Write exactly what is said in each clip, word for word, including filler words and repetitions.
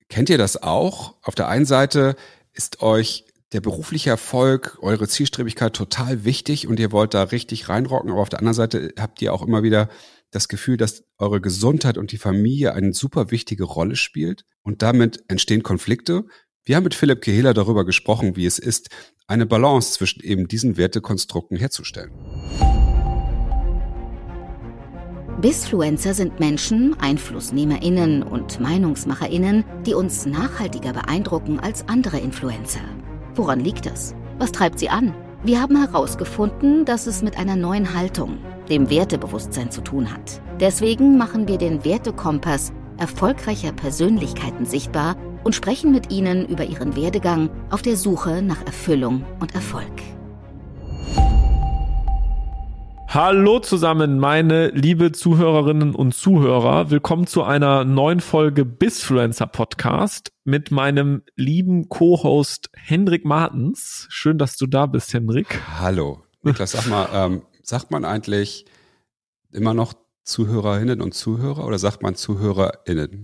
Kennt ihr das auch? Auf der einen Seite ist euch der berufliche Erfolg, eure Zielstrebigkeit total wichtig und ihr wollt da richtig reinrocken, aber auf der anderen Seite habt ihr auch immer wieder das Gefühl, dass eure Gesundheit und die Familie eine super wichtige Rolle spielt und damit entstehen Konflikte. Wir haben mit Philipp Kehela darüber gesprochen, wie es ist, eine Balance zwischen eben diesen Wertekonstrukten herzustellen. Bizfluencer sind Menschen, EinflussnehmerInnen und MeinungsmacherInnen, die uns nachhaltiger beeindrucken als andere Influencer. Woran liegt das? Was treibt sie an? Wir haben herausgefunden, dass es mit einer neuen Haltung, dem Wertebewusstsein zu tun hat. Deswegen machen wir den Wertekompass erfolgreicher Persönlichkeiten sichtbar und sprechen mit ihnen über ihren Werdegang auf der Suche nach Erfüllung und Erfolg. Hallo zusammen, meine liebe Zuhörerinnen und Zuhörer. Willkommen zu einer neuen Folge Bizfluencer Podcast mit meinem lieben Co-Host Hendrik Martens. Schön, dass du da bist, Hendrik. Hallo. Niklas, sag mal, ähm, sagt man eigentlich immer noch Zuhörerinnen und Zuhörer oder sagt man ZuhörerInnen?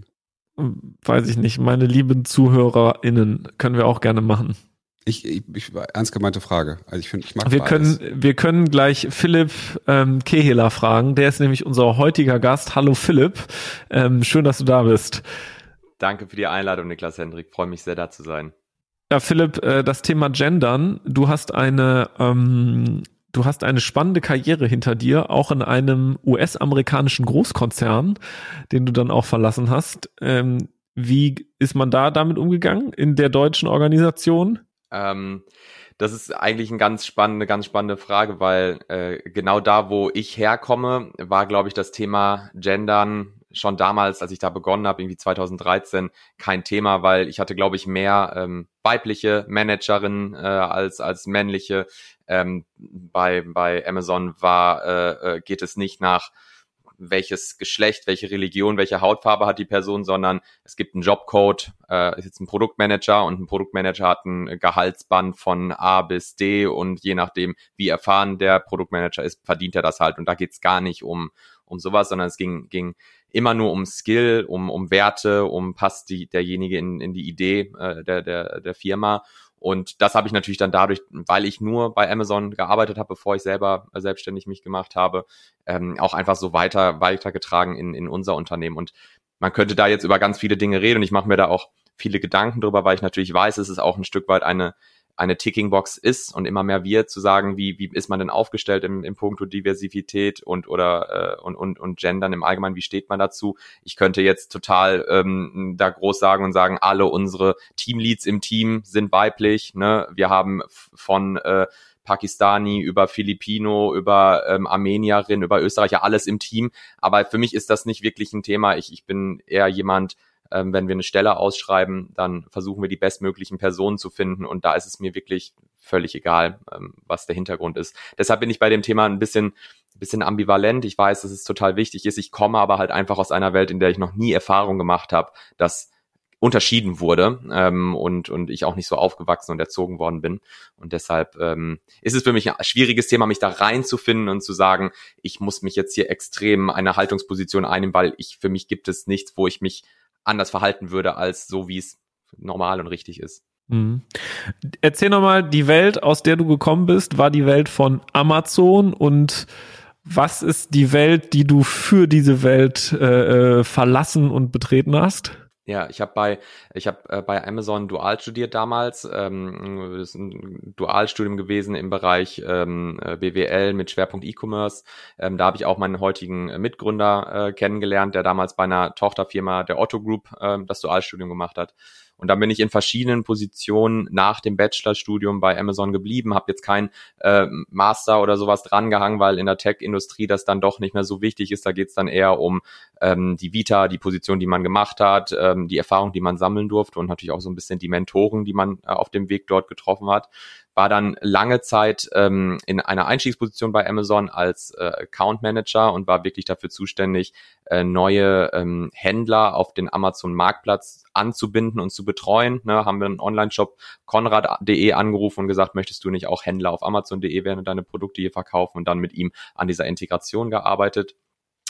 Weiß ich nicht. Meine lieben ZuhörerInnen können wir auch gerne machen. Ich, ich, ich ernst gemeinte Frage. Also ich finde, ich mag wir beides. können wir können gleich Philipp ähm, Kehela fragen. Der ist nämlich unser heutiger Gast. Hallo Philipp, ähm, schön, dass du da bist. Danke für die Einladung, Niklas Hendrik. Freue mich sehr, da zu sein. Ja, Philipp, äh, das Thema Gendern. Du hast eine ähm, du hast eine spannende Karriere hinter dir, auch in einem U S-amerikanischen Großkonzern, den du dann auch verlassen hast. Ähm, wie ist man da damit umgegangen in der deutschen Organisation? Ähm, das ist eigentlich eine ganz spannende, ganz spannende Frage, weil äh, genau da, wo ich herkomme, war, glaube ich, das Thema Gendern schon damals, als ich da begonnen habe, irgendwie zwanzig dreizehn, kein Thema, weil ich hatte, glaube ich, mehr ähm, weibliche Managerinnen äh, als als männliche. Ähm, bei bei Amazon war äh, geht es nicht nach welches Geschlecht, welche Religion, welche Hautfarbe hat die Person, sondern es gibt einen Jobcode, äh, ist jetzt ein Produktmanager und ein Produktmanager hat ein Gehaltsband von A bis D und je nachdem, wie erfahren der Produktmanager ist, verdient er das halt. Und da geht's gar nicht um um sowas, sondern es ging ging immer nur um Skill, um um Werte, um passt die derjenige in in die Idee äh, der der der Firma. Und das habe ich natürlich dann dadurch, weil ich nur bei Amazon gearbeitet habe, bevor ich selber selbstständig mich gemacht habe, ähm, auch einfach so weiter weitergetragen in in unser Unternehmen. Und man könnte da jetzt über ganz viele Dinge reden und ich mache mir da auch viele Gedanken drüber, weil ich natürlich weiß, es ist auch ein Stück weit eine eine Ticking-Box ist und immer mehr wir zu sagen, wie wie ist man denn aufgestellt im, im Punkto Diversität und oder äh, und und und Gendern im Allgemeinen, wie steht man dazu? Ich könnte jetzt total ähm, da groß sagen und sagen, alle unsere Teamleads im Team sind weiblich, ne? Wir haben von äh, Pakistani über Filipino, über ähm, Armenierin, über Österreicher, alles im Team, aber für mich ist das nicht wirklich ein Thema. Ich ich bin eher jemand, Ähm, wenn wir eine Stelle ausschreiben, dann versuchen wir die bestmöglichen Personen zu finden und da ist es mir wirklich völlig egal, ähm, was der Hintergrund ist. Deshalb bin ich bei dem Thema ein bisschen, ein bisschen ambivalent. Ich weiß, dass es total wichtig ist. Ich komme aber halt einfach aus einer Welt, in der ich noch nie Erfahrung gemacht habe, dass unterschieden wurde ähm, und und ich auch nicht so aufgewachsen und erzogen worden bin. Und deshalb ähm, ist es für mich ein schwieriges Thema, mich da reinzufinden und zu sagen, ich muss mich jetzt hier extrem eine Haltungsposition einnehmen, weil ich für mich gibt es nichts, wo ich mich anders verhalten würde, als so, wie es normal und richtig ist. Mhm. Erzähl nochmal, die Welt, aus der du gekommen bist, war die Welt von Amazon und was ist die Welt, die du für diese Welt äh, verlassen und betreten hast? Ja, ich habe bei ich habe äh, bei Amazon dual studiert damals. Ähm, das ist ein Dualstudium gewesen im Bereich ähm, B W L mit Schwerpunkt E-Commerce. Ähm, da habe ich auch meinen heutigen Mitgründer äh, kennengelernt, der damals bei einer Tochterfirma der Otto Group äh, das Dualstudium gemacht hat. Und dann bin ich in verschiedenen Positionen nach dem Bachelorstudium bei Amazon geblieben, habe jetzt kein äh, Master oder sowas drangehangen, weil in der Tech-Industrie das dann doch nicht mehr so wichtig ist. Da geht's dann eher um ähm, die Vita, die Position, die man gemacht hat, ähm, die Erfahrung, die man sammeln durfte und natürlich auch so ein bisschen die Mentoren, die man äh, auf dem Weg dort getroffen hat. War dann lange Zeit ähm, in einer Einstiegsposition bei Amazon als äh, Account Manager und war wirklich dafür zuständig, äh, neue ähm, Händler auf den Amazon-Marktplatz anzubinden und zu betreuen. Ne, haben wir einen Online-Shop konrad punkt de angerufen und gesagt, möchtest du nicht auch Händler auf amazon punkt de werden und deine Produkte hier verkaufen und dann mit ihm an dieser Integration gearbeitet.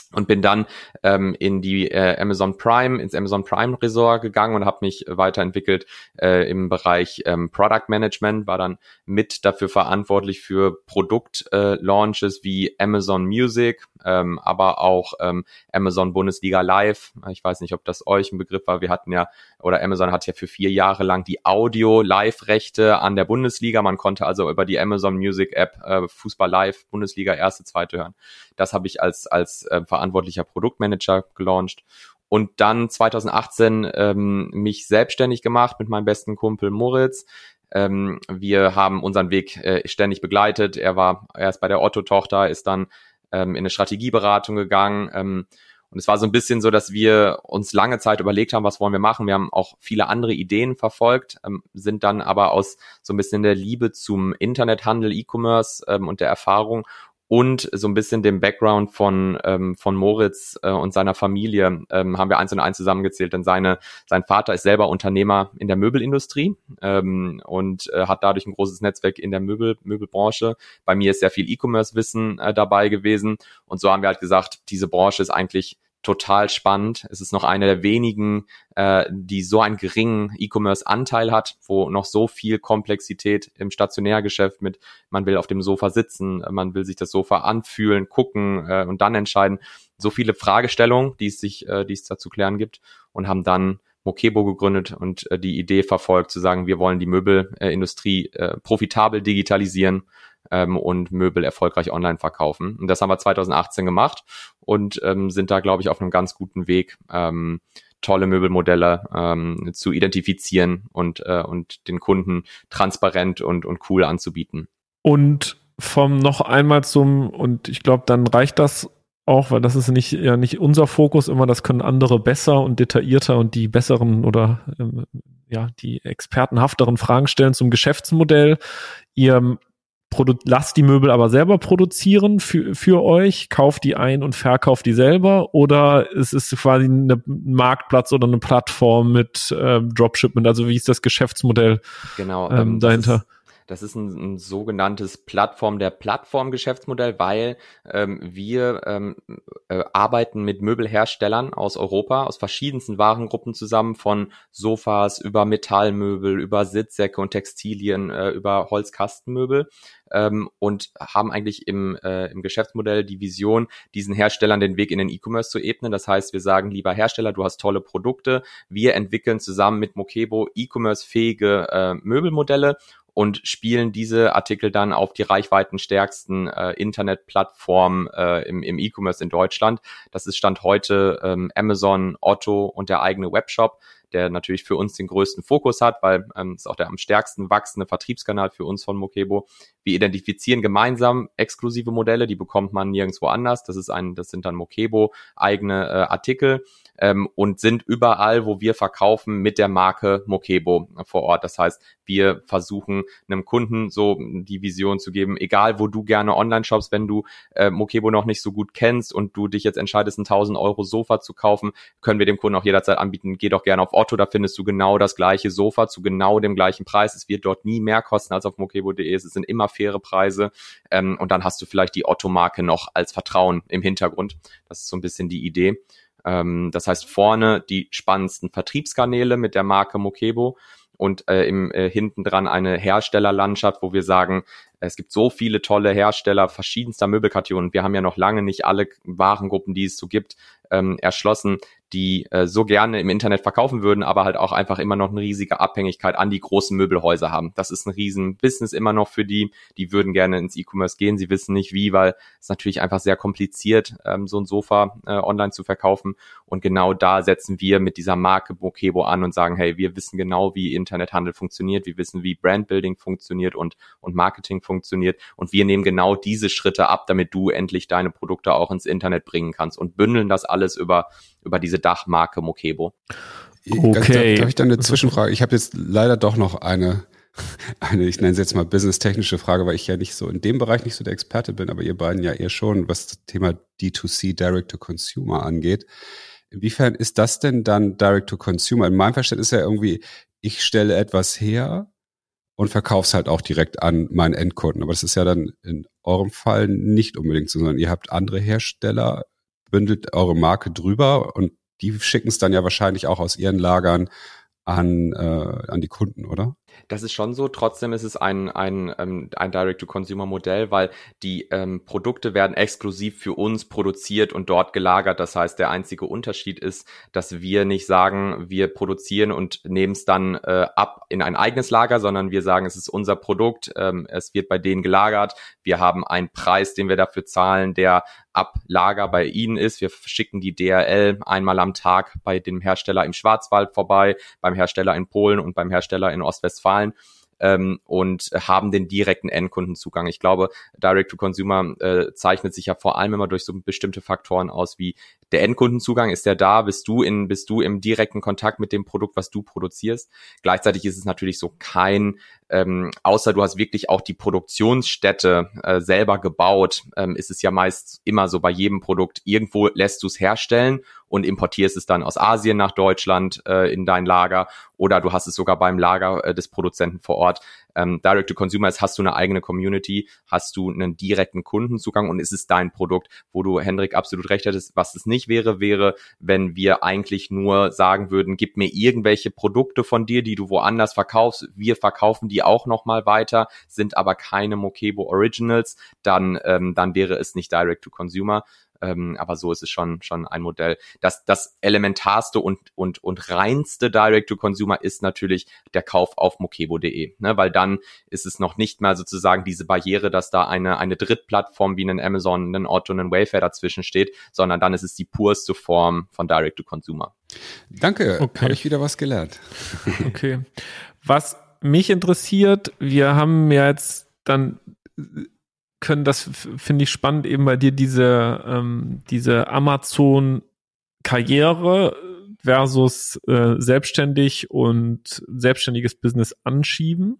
Und bin dann ähm, in die äh, Amazon Prime, ins Amazon Prime Resort gegangen und habe mich weiterentwickelt äh, im Bereich ähm, Product Management, war dann mit dafür verantwortlich für Produktlaunches äh, wie Amazon Music, ähm, aber auch ähm, Amazon Bundesliga Live. Ich weiß nicht, ob das euch ein Begriff war. Wir hatten ja, oder Amazon hat ja für vier Jahre lang die Audio-Live-Rechte an der Bundesliga. Man konnte also über die Amazon Music App äh, Fußball Live, Bundesliga, erste, zweite hören. Das habe ich als als äh, verantwortlicher Produktmanager gelauncht und dann zwanzig achtzehn ähm, mich selbstständig gemacht mit meinem besten Kumpel Moritz. Ähm, wir haben unseren Weg äh, ständig begleitet. Er war erst bei der Otto-Tochter, ist dann ähm, in eine Strategieberatung gegangen. Ähm, und es war so ein bisschen so, dass wir uns lange Zeit überlegt haben, was wollen wir machen. Wir haben auch viele andere Ideen verfolgt, ähm, sind dann aber aus so ein bisschen der Liebe zum Internethandel, E-Commerce ähm, und der Erfahrung und so ein bisschen dem Background von ähm, von Moritz äh, und seiner Familie ähm, haben wir eins und eins zusammengezählt, denn seine sein Vater ist selber Unternehmer in der Möbelindustrie ähm, und äh, hat dadurch ein großes Netzwerk in der Möbel Möbelbranche. Bei mir ist sehr viel E-Commerce-Wissen äh, dabei gewesen und so haben wir halt gesagt, diese Branche ist eigentlich total spannend. Es ist noch eine der wenigen, äh, die so einen geringen E-Commerce-Anteil hat, wo noch so viel Komplexität im Stationärgeschäft mit, man will auf dem Sofa sitzen, man will sich das Sofa anfühlen, gucken äh, und dann entscheiden. So viele Fragestellungen, die es sich, äh, die es da zu klären gibt und haben dann Mokebo gegründet und äh, die Idee verfolgt, zu sagen, wir wollen die Möbelindustrie äh, profitabel digitalisieren ähm, und Möbel erfolgreich online verkaufen. Und das haben wir zwanzig achtzehn gemacht und ähm, sind da, glaube ich, auf einem ganz guten Weg, ähm, tolle Möbelmodelle ähm, zu identifizieren und, äh, und den Kunden transparent und, und cool anzubieten. Und vom noch einmal zum, und ich glaube, dann reicht das auch, weil das ist nicht ja nicht unser Fokus immer, das können andere besser und detaillierter und die besseren oder ähm, ja die expertenhafteren Fragen stellen zum Geschäftsmodell. Ihr produ- lasst die Möbel aber selber produzieren für für euch, kauft die ein und verkauft die selber, oder es ist quasi ein Marktplatz oder eine Plattform mit ähm, Dropshipment, also wie ist das Geschäftsmodell genau, ähm, ähm, dahinter? Das ist Das ist ein, ein sogenanntes Plattform der Plattform-Geschäftsmodell, weil ähm, wir ähm, äh, arbeiten mit Möbelherstellern aus Europa, aus verschiedensten Warengruppen zusammen, von Sofas über Metallmöbel, über Sitzsäcke und Textilien, äh, über Holzkastenmöbel ähm, und haben eigentlich im, äh, im Geschäftsmodell die Vision, diesen Herstellern den Weg in den E-Commerce zu ebnen. Das heißt, wir sagen, lieber Hersteller, du hast tolle Produkte, wir entwickeln zusammen mit Mokebo E-Commerce-fähige äh, Möbelmodelle und spielen diese Artikel dann auf die reichweitenstärksten äh, Internetplattformen äh, im, im E-Commerce in Deutschland. Das ist Stand heute ähm, Amazon, Otto und der eigene Webshop, der natürlich für uns den größten Fokus hat, weil ähm, es ist auch der am stärksten wachsende Vertriebskanal für uns von Mokebo. Wir identifizieren gemeinsam exklusive Modelle, die bekommt man nirgendwo anders. Das ist ein, das sind dann Mokebo eigene äh, Artikel ähm, und sind überall, wo wir verkaufen, mit der Marke Mokebo vor Ort. Das heißt, wir versuchen einem Kunden so die Vision zu geben, egal wo du gerne online shoppst, wenn du äh, Mokebo noch nicht so gut kennst und du dich jetzt entscheidest, ein tausend Euro Sofa zu kaufen, können wir dem Kunden auch jederzeit anbieten, geh doch gerne auf Otto, da findest du genau das gleiche Sofa zu genau dem gleichen Preis. Es wird dort nie mehr kosten als auf mokebo punkt de. Es sind immer faire Preise ähm, und dann hast du vielleicht die Otto-Marke noch als Vertrauen im Hintergrund. Das ist so ein bisschen die Idee. Ähm, das heißt, vorne die spannendsten Vertriebskanäle mit der Marke Mokebo und äh, im äh, hinten dran eine Herstellerlandschaft, wo wir sagen, es gibt so viele tolle Hersteller verschiedenster Möbelkategorien. Wir haben ja noch lange nicht alle Warengruppen, die es so gibt, ähm, erschlossen, die äh, so gerne im Internet verkaufen würden, aber halt auch einfach immer noch eine riesige Abhängigkeit an die großen Möbelhäuser haben. Das ist ein riesen Business immer noch für die. Die würden gerne ins E-Commerce gehen. Sie wissen nicht wie, weil es natürlich einfach sehr kompliziert, ähm, so ein Sofa äh, online zu verkaufen. Und genau da setzen wir mit dieser Marke Mokebo an und sagen, hey, wir wissen genau, wie Internethandel funktioniert. Wir wissen, wie Brandbuilding funktioniert und, und Marketing funktioniert. Und wir nehmen genau diese Schritte ab, damit du endlich deine Produkte auch ins Internet bringen kannst und bündeln das alles über, über diese Dachmarke Mokebo. Okay. Darf ich da eine Zwischenfrage? Ich habe jetzt leider doch noch eine, eine, ich nenne es jetzt mal business-technische Frage, weil ich ja nicht so in dem Bereich nicht so der Experte bin, aber ihr beiden ja eher schon, was das Thema D zwei C, Direct-to-Consumer angeht. Inwiefern ist das denn dann Direct-to-Consumer? In meinem Verständnis ist ja irgendwie, ich stelle etwas her und verkaufe es halt auch direkt an meinen Endkunden. Aber das ist ja dann in eurem Fall nicht unbedingt so, sondern ihr habt andere Hersteller bündelt eure Marke drüber und die schicken es dann ja wahrscheinlich auch aus ihren Lagern an, äh, an die Kunden, oder? Das ist schon so. Trotzdem ist es ein, ein, ähm, ein Direct-to-Consumer-Modell, weil die ähm, Produkte werden exklusiv für uns produziert und dort gelagert. Das heißt, der einzige Unterschied ist, dass wir nicht sagen, wir produzieren und nehmen es dann äh, ab in ein eigenes Lager, sondern wir sagen, es ist unser Produkt, ähm, es wird bei denen gelagert. Wir haben einen Preis, den wir dafür zahlen, der ab Lager bei ihnen ist. Wir schicken die D H L einmal am Tag bei dem Hersteller im Schwarzwald vorbei, beim Hersteller in Polen und beim Hersteller in Ostwestfalen ähm, und haben den direkten Endkundenzugang. Ich glaube, Direct-to-Consumer äh, zeichnet sich ja vor allem immer durch so bestimmte Faktoren aus, wie der Endkundenzugang. Ist der da? Bist du in, bist du im direkten Kontakt mit dem Produkt, was du produzierst? Gleichzeitig ist es natürlich so kein, ähm, außer du hast wirklich auch die Produktionsstätte äh, selber gebaut, ähm, ist es ja meist immer so bei jedem Produkt, irgendwo lässt du es herstellen und importierst es dann aus Asien nach Deutschland äh, in dein Lager oder du hast es sogar beim Lager äh, des Produzenten vor Ort. Ähm, Direct-to-Consumer ist, hast du eine eigene Community, hast du einen direkten Kundenzugang und ist es dein Produkt, wo du, Hendrik, absolut recht hattest. Was es nicht wäre, wäre, wenn wir eigentlich nur sagen würden, gib mir irgendwelche Produkte von dir, die du woanders verkaufst, wir verkaufen die auch nochmal weiter, sind aber keine Mokebo Originals, dann, ähm, dann wäre es nicht Direct-to-Consumer. Ähm, aber so ist es schon schon ein Modell. Das das elementarste und und und reinste Direct-to-Consumer ist natürlich der Kauf auf mokebo punkt de, ne, weil dann ist es noch nicht mal sozusagen diese Barriere, dass da eine eine Drittplattform wie einen Amazon, einen Otto, einen Wayfair dazwischen steht, sondern dann ist es die purste Form von Direct-to-Consumer. Danke, okay. Habe ich wieder was gelernt. Okay. Was mich interessiert, wir haben ja jetzt dann können, das finde ich spannend, eben bei dir diese, ähm, diese Amazon-Karriere versus äh, selbstständig und selbstständiges Business anschieben.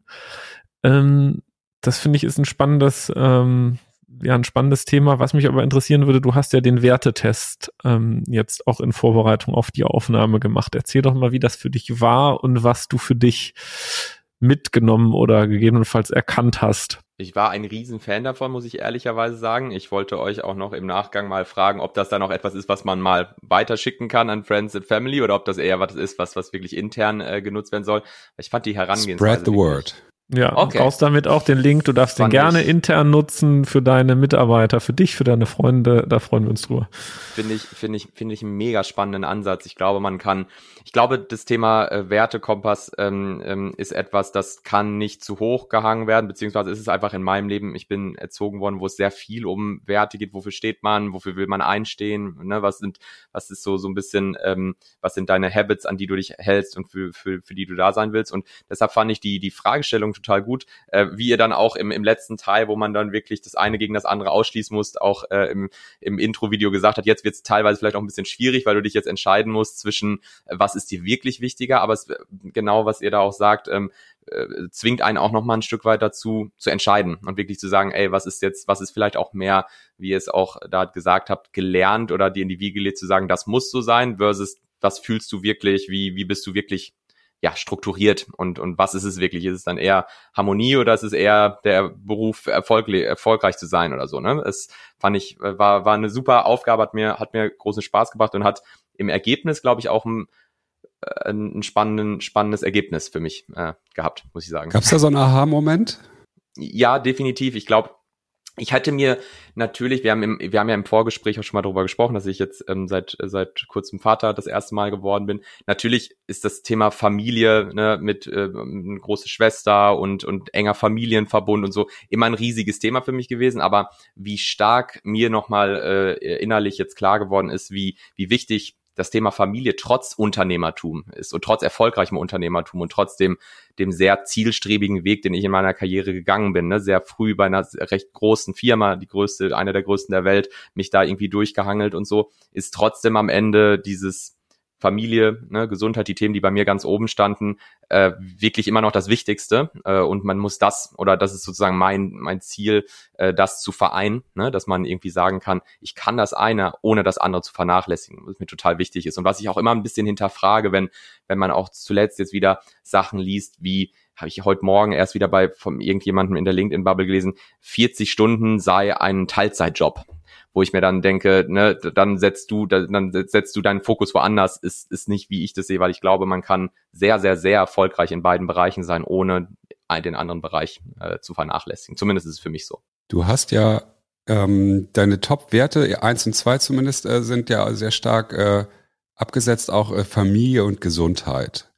Ähm, das finde ich ist ein spannendes, ähm, ja, ein spannendes Thema. Was mich aber interessieren würde, du hast ja den Wertetest ähm, jetzt auch in Vorbereitung auf die Aufnahme gemacht. Erzähl doch mal, wie das für dich war und was du für dich mitgenommen oder gegebenenfalls erkannt hast. Ich war ein Riesenfan davon, muss ich ehrlicherweise sagen. Ich wollte euch auch noch im Nachgang mal fragen, ob das da noch etwas ist, was man mal weiterschicken kann an Friends and Family oder ob das eher was ist, was was wirklich intern äh, genutzt werden soll. Ich fand die Herangehensweise... Spread the word. Ja, okay. Brauchst damit auch den Link. Du darfst den gerne ich, intern nutzen für deine Mitarbeiter, für dich, für deine Freunde. Da freuen wir uns drüber. Finde ich, finde ich, finde ich einen mega spannenden Ansatz. Ich glaube, man kann, ich glaube, das Thema äh, Wertekompass ähm, ähm, ist etwas, das kann nicht zu hoch gehangen werden, beziehungsweise ist es einfach in meinem Leben. Ich bin erzogen worden, wo es sehr viel um Werte geht. Wofür steht man? Wofür will man einstehen? Ne? Was sind, was ist so, so ein bisschen, ähm, was sind deine Habits, an die du dich hältst und für, für, für die du da sein willst? Und deshalb fand ich die, die Fragestellung total gut, äh, wie ihr dann auch im, im letzten Teil, wo man dann wirklich das eine gegen das andere ausschließen muss, auch äh, im, im Intro-Video gesagt hat, jetzt wird es teilweise vielleicht auch ein bisschen schwierig, weil du dich jetzt entscheiden musst zwischen, äh, was ist dir wirklich wichtiger, aber es, genau, was ihr da auch sagt, ähm, äh, zwingt einen auch nochmal ein Stück weit dazu, zu entscheiden und wirklich zu sagen, ey, was ist jetzt, was ist vielleicht auch mehr, wie ihr es auch da gesagt habt, gelernt oder dir in die Wiege gelegt zu sagen, das muss so sein, versus was fühlst du wirklich, wie, wie bist du wirklich ja, strukturiert und, und was ist es wirklich? Ist es dann eher Harmonie oder ist es eher der Beruf, erfolg, erfolgreich zu sein oder so, ne? Es fand ich, war, war eine super Aufgabe, hat mir, hat mir großen Spaß gebracht und hat im Ergebnis, glaube ich, auch ein, ein spannenden, spannendes Ergebnis für mich äh, gehabt, muss ich sagen. Gab es da so einen Aha-Moment? Ja, definitiv. Ich glaube, ich hatte mir natürlich, wir haben im, wir haben ja im Vorgespräch auch schon mal darüber gesprochen, dass ich jetzt ähm, seit seit kurzem Vater das erste Mal geworden bin. Natürlich ist das Thema Familie, ne, mit äh, eine große Schwester und und enger Familienverbund und so immer ein riesiges Thema für mich gewesen. Aber wie stark mir nochmal äh, innerlich jetzt klar geworden ist, wie wie wichtig das Thema Familie trotz Unternehmertum ist und trotz erfolgreichem Unternehmertum und trotzdem dem sehr zielstrebigen Weg, den ich in meiner Karriere gegangen bin, ne, sehr früh bei einer recht großen Firma, die größte, eine der größten der Welt, mich da irgendwie durchgehangelt und so, ist trotzdem am Ende dieses Familie, ne, Gesundheit, die Themen, die bei mir ganz oben standen, äh, wirklich immer noch das Wichtigste, äh, und man muss das, oder das ist sozusagen mein mein Ziel, äh, das zu vereinen, ne, dass man irgendwie sagen kann, ich kann das eine, ohne das andere zu vernachlässigen, was mir total wichtig ist und was ich auch immer ein bisschen hinterfrage, wenn wenn man auch zuletzt jetzt wieder Sachen liest, wie habe ich heute Morgen erst wieder bei von irgendjemandem in der LinkedIn-Bubble gelesen, vierzig Stunden sei ein Teilzeitjob. wo ich mir dann denke, ne, dann setzt du, dann setzt du deinen Fokus woanders, ist, ist nicht, wie ich das sehe, weil ich glaube, man kann sehr, sehr, sehr erfolgreich in beiden Bereichen sein, ohne den anderen Bereich äh, zu vernachlässigen. Zumindest ist es für mich so. Du hast ja ähm, deine Top-Werte, eins und zwei zumindest, äh, sind ja sehr stark äh, abgesetzt, auch äh, Familie und Gesundheit.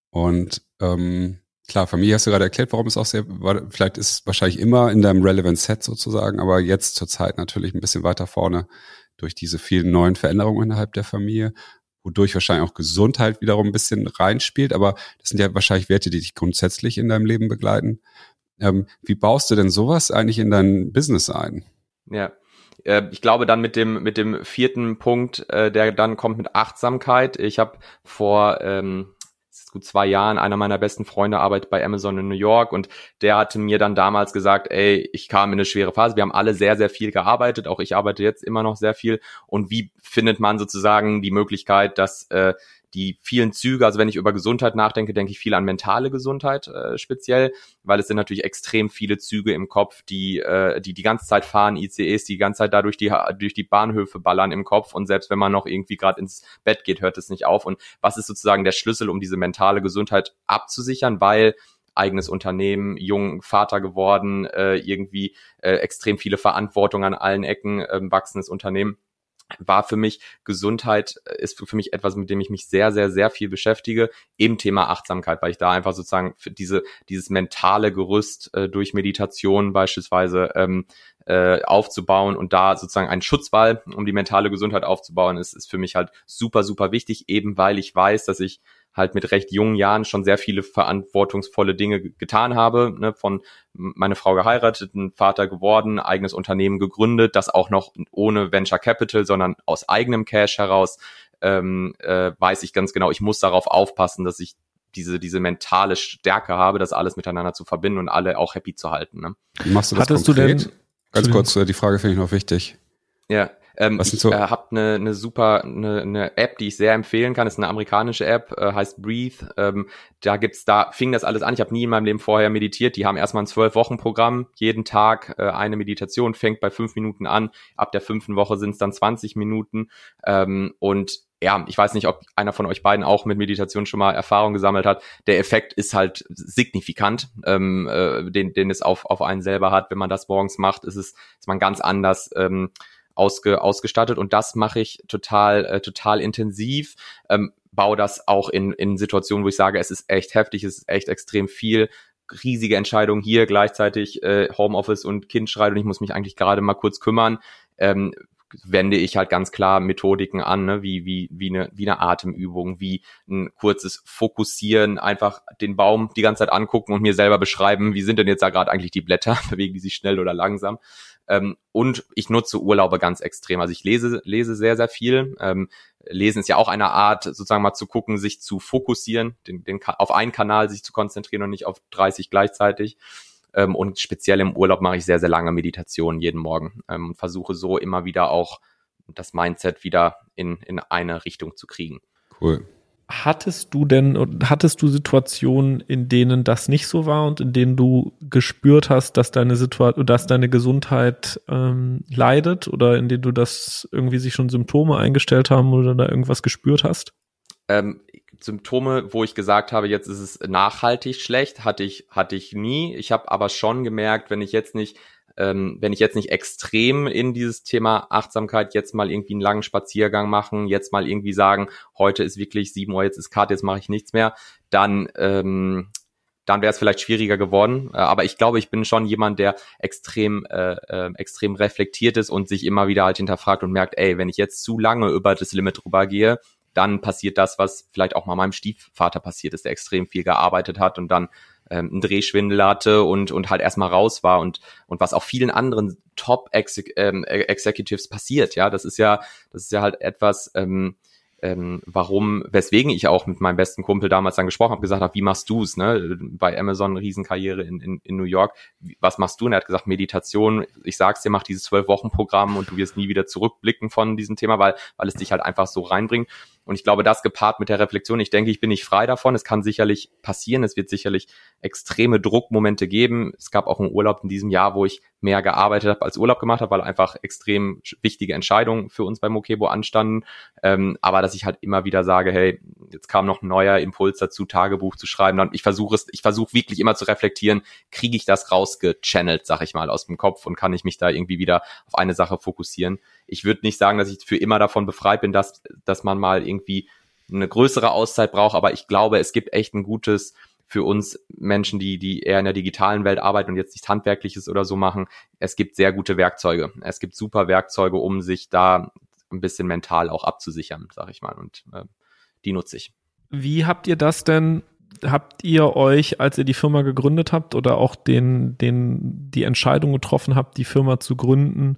Und ähm, klar, Familie hast du gerade erklärt, warum es auch sehr, vielleicht ist es wahrscheinlich immer in deinem Relevant Set sozusagen, aber jetzt zur Zeit natürlich ein bisschen weiter vorne durch diese vielen neuen Veränderungen innerhalb der Familie, wodurch wahrscheinlich auch Gesundheit wiederum ein bisschen reinspielt, aber das sind ja wahrscheinlich Werte, die dich grundsätzlich in deinem Leben begleiten. Ähm, wie baust du denn sowas eigentlich in dein Business ein? Ja, äh, ich glaube dann mit dem mit dem vierten Punkt, äh, der dann kommt mit Achtsamkeit. Ich habe vor ähm, gut zwei Jahren, einer meiner besten Freunde arbeitet bei Amazon in New York und der hatte mir dann damals gesagt, ey, ich kam in eine schwere Phase, wir haben alle sehr, sehr viel gearbeitet, auch ich arbeite jetzt immer noch sehr viel und wie findet man sozusagen die Möglichkeit, dass äh, die vielen Züge, also wenn ich über Gesundheit nachdenke, denke ich viel an mentale Gesundheit äh, speziell, weil es sind natürlich extrem viele Züge im Kopf, die äh, die die ganze Zeit fahren, I C Es, die die ganze Zeit da durch die, durch die Bahnhöfe ballern im Kopf und selbst wenn man noch irgendwie gerade ins Bett geht, hört es nicht auf. Und was ist sozusagen der Schlüssel, um diese mentale Gesundheit abzusichern, weil eigenes Unternehmen, jung Vater geworden, äh, irgendwie äh, extrem viele Verantwortung an allen Ecken, äh, wachsendes Unternehmen. War für mich Gesundheit, ist für mich etwas, mit dem ich mich sehr, sehr, sehr viel beschäftige, im Thema Achtsamkeit, weil ich da einfach sozusagen für diese dieses mentale Gerüst äh, durch Meditation beispielsweise ähm, äh, aufzubauen und da sozusagen einen Schutzwall, um die mentale Gesundheit aufzubauen, ist, ist für mich halt super, super wichtig, eben weil ich weiß, dass ich halt mit recht jungen Jahren schon sehr viele verantwortungsvolle Dinge getan habe, ne, von meine Frau geheiratet, ein Vater geworden, eigenes Unternehmen gegründet, das auch noch ohne Venture Capital, sondern aus eigenem Cash heraus, ähm, äh, weiß ich ganz genau, ich muss darauf aufpassen, dass ich diese diese mentale Stärke habe, das alles miteinander zu verbinden und alle auch happy zu halten. Ne? Wie machst du das Hattest konkret? du denn, Ganz kurz, die Frage finde ich noch wichtig. Ja, ähm, Was sind ich so? äh, habe eine ne super eine ne App, die ich sehr empfehlen kann. Ist eine amerikanische App, äh, heißt Breathe. Ähm, da gibt's, da fing das alles an. Ich habe nie in meinem Leben vorher meditiert. Die haben erstmal ein zwölf-Wochen-Programm. Jeden Tag äh, eine Meditation, fängt bei fünf Minuten an. Ab der fünften Woche sind es dann zwanzig Minuten. Ähm, und ja, ich weiß nicht, ob einer von euch beiden auch mit Meditation schon mal Erfahrung gesammelt hat. Der Effekt ist halt signifikant, ähm, äh, den, den es auf, auf einen selber hat. Wenn man das morgens macht, ist es, ist man ganz anders ähm, ausge, ausgestattet. Und das mache ich total, äh, total intensiv. Ähm, baue das auch in, in Situationen, wo ich sage, es ist echt heftig, es ist echt extrem viel. Riesige Entscheidung hier, gleichzeitig äh, Homeoffice und Kind schreit und ich muss mich eigentlich gerade mal kurz kümmern. Ähm, wende ich halt ganz klar Methodiken an, ne? wie wie wie eine wie eine Atemübung, wie ein kurzes Fokussieren, einfach den Baum die ganze Zeit angucken und mir selber beschreiben, wie sind denn jetzt da gerade eigentlich die Blätter, bewegen die sich schnell oder langsam. Ähm, und ich nutze Urlaube ganz extrem, also ich lese lese sehr sehr viel. Ähm, Lesen ist ja auch eine Art, sozusagen mal zu gucken, sich zu fokussieren, den, den auf einen Kanal sich zu konzentrieren und nicht auf dreißig gleichzeitig. Ähm, und speziell im Urlaub mache ich sehr, sehr lange Meditationen jeden Morgen ähm, und versuche so immer wieder auch das Mindset wieder in, in eine Richtung zu kriegen. Cool. Hattest du denn, hattest du Situationen, in denen das nicht so war und in denen du gespürt hast, dass deine Situation, dass deine Gesundheit ähm, leidet oder in denen du das irgendwie sich schon Symptome eingestellt haben oder da irgendwas gespürt hast? Ähm, Symptome, wo ich gesagt habe, jetzt ist es nachhaltig schlecht, hatte ich hatte ich nie. Ich habe aber schon gemerkt, wenn ich jetzt nicht ähm, wenn ich jetzt nicht extrem in dieses Thema Achtsamkeit jetzt mal irgendwie einen langen Spaziergang machen, jetzt mal irgendwie sagen, heute ist wirklich sieben Uhr, jetzt ist Cut, jetzt mache ich nichts mehr, dann ähm, dann wäre es vielleicht schwieriger geworden. Aber ich glaube, ich bin schon jemand, der extrem äh, äh, extrem reflektiert ist und sich immer wieder halt hinterfragt und merkt, ey, wenn ich jetzt zu lange über das Limit drüber gehe, dann passiert das, was vielleicht auch mal meinem Stiefvater passiert ist, der extrem viel gearbeitet hat und dann ähm, einen Drehschwindel hatte und und halt erstmal raus war und und was auch vielen anderen Top-Executives passiert, ja, das ist ja das ist ja halt etwas, ähm, ähm, warum, weswegen ich auch mit meinem besten Kumpel damals dann gesprochen habe, gesagt habe, wie machst du's, ne, bei Amazon eine Riesenkarriere in, in, in New York, was machst du? Und er hat gesagt, Meditation, ich sag's dir, mach dieses zwölf Wochen Programm und du wirst nie wieder zurückblicken von diesem Thema, weil weil es dich halt einfach so reinbringt. Und ich glaube, das gepaart mit der Reflexion, ich denke, ich bin nicht frei davon. Es kann sicherlich passieren. Es wird sicherlich extreme Druckmomente geben. Es gab auch einen Urlaub in diesem Jahr, wo ich mehr gearbeitet habe als Urlaub gemacht habe, weil einfach extrem wichtige Entscheidungen für uns bei Mokebo anstanden. Ähm, aber dass ich halt immer wieder sage, hey, jetzt kam noch ein neuer Impuls dazu, Tagebuch zu schreiben. Und ich versuche es, ich versuche wirklich immer zu reflektieren, kriege ich das rausgechannelt, sag ich mal, aus dem Kopf und kann ich mich da irgendwie wieder auf eine Sache fokussieren. Ich würde nicht sagen, dass ich für immer davon befreit bin, dass, dass man mal irgendwie eine größere Auszeit braucht, aber ich glaube, es gibt echt ein gutes für uns Menschen, die die eher in der digitalen Welt arbeiten und jetzt nichts Handwerkliches oder so machen. Es gibt sehr gute Werkzeuge. Es gibt super Werkzeuge, um sich da ein bisschen mental auch abzusichern, sag ich mal. Und äh, die nutze ich. Wie habt ihr das denn, habt ihr euch, als ihr die Firma gegründet habt oder auch den, den, die Entscheidung getroffen habt, die Firma zu gründen,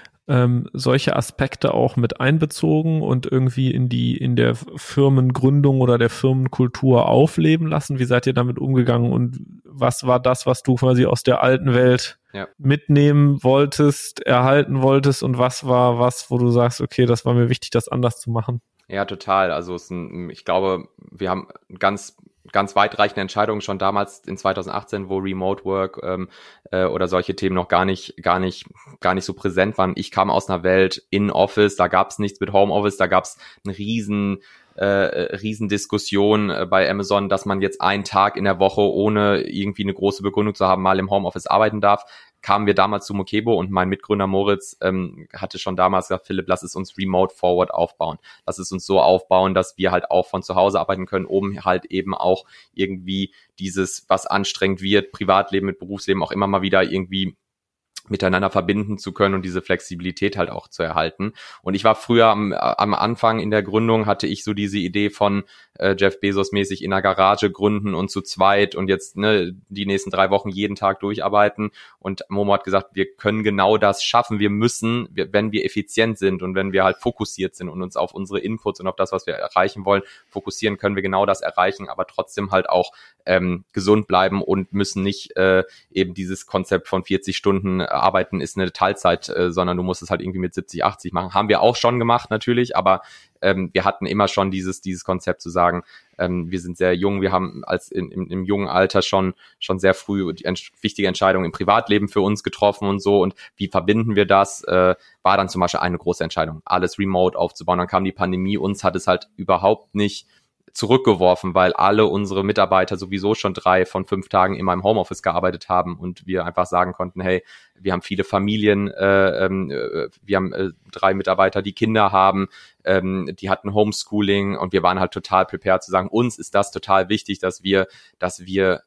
ähm, solche Aspekte auch mit einbezogen und irgendwie in die, in der Firmengründung oder der Firmenkultur aufleben lassen? Wie seid ihr damit umgegangen und was war das, was du quasi aus der alten Welt ja. mitnehmen wolltest, erhalten wolltest und was war was, wo du sagst, okay, das war mir wichtig, das anders zu machen? Ja, total. Also es ist ein, ich glaube, wir haben ganz ganz weitreichende Entscheidungen schon damals in zweitausendachtzehn, wo Remote Work ähm, äh, oder solche Themen noch gar nicht gar nicht gar nicht so präsent waren. Ich kam aus einer Welt in Office, da gab es nichts mit Homeoffice, da gab es einen riesen äh, Riesendiskussion äh, bei Amazon, dass man jetzt einen Tag in der Woche ohne irgendwie eine große Begründung zu haben mal im Homeoffice arbeiten darf. Kamen wir damals zu Mokebo und mein Mitgründer Moritz ähm, hatte schon damals gesagt, Philipp, lass es uns remote forward aufbauen. Lass es uns so aufbauen, dass wir halt auch von zu Hause arbeiten können, um halt eben auch irgendwie dieses, was anstrengend wird, Privatleben mit Berufsleben auch immer mal wieder irgendwie miteinander verbinden zu können und diese Flexibilität halt auch zu erhalten. Und ich war früher am, am Anfang in der Gründung, hatte ich so diese Idee von äh, Jeff Bezos mäßig in einer Garage gründen und zu zweit und jetzt ne die nächsten drei Wochen jeden Tag durcharbeiten. Und Momo hat gesagt, wir können genau das schaffen. Wir müssen, wir, wenn wir effizient sind und wenn wir halt fokussiert sind und uns auf unsere Inputs und auf das, was wir erreichen wollen, fokussieren, können wir genau das erreichen, aber trotzdem halt auch ähm, gesund bleiben und müssen nicht äh, eben dieses Konzept von vierzig Stunden Arbeiten ist eine Teilzeit, äh, sondern du musst es halt irgendwie mit siebzig, achtzig machen. Haben wir auch schon gemacht natürlich, aber ähm, wir hatten immer schon dieses dieses Konzept zu sagen, ähm, wir sind sehr jung, wir haben als in, im, im jungen Alter schon schon sehr früh die ent- wichtige Entscheidung im Privatleben für uns getroffen und so und wie verbinden wir das, äh, war dann zum Beispiel eine große Entscheidung, alles remote aufzubauen. Dann kam die Pandemie, uns hat es halt überhaupt nicht zurückgeworfen, weil alle unsere Mitarbeiter sowieso schon drei von fünf Tagen in meinem Homeoffice gearbeitet haben und wir einfach sagen konnten, hey, wir haben viele Familien, äh, äh, wir haben äh, drei Mitarbeiter, die Kinder haben, ähm, die hatten Homeschooling und wir waren halt total prepared zu sagen, uns ist das total wichtig, dass wir, dass wir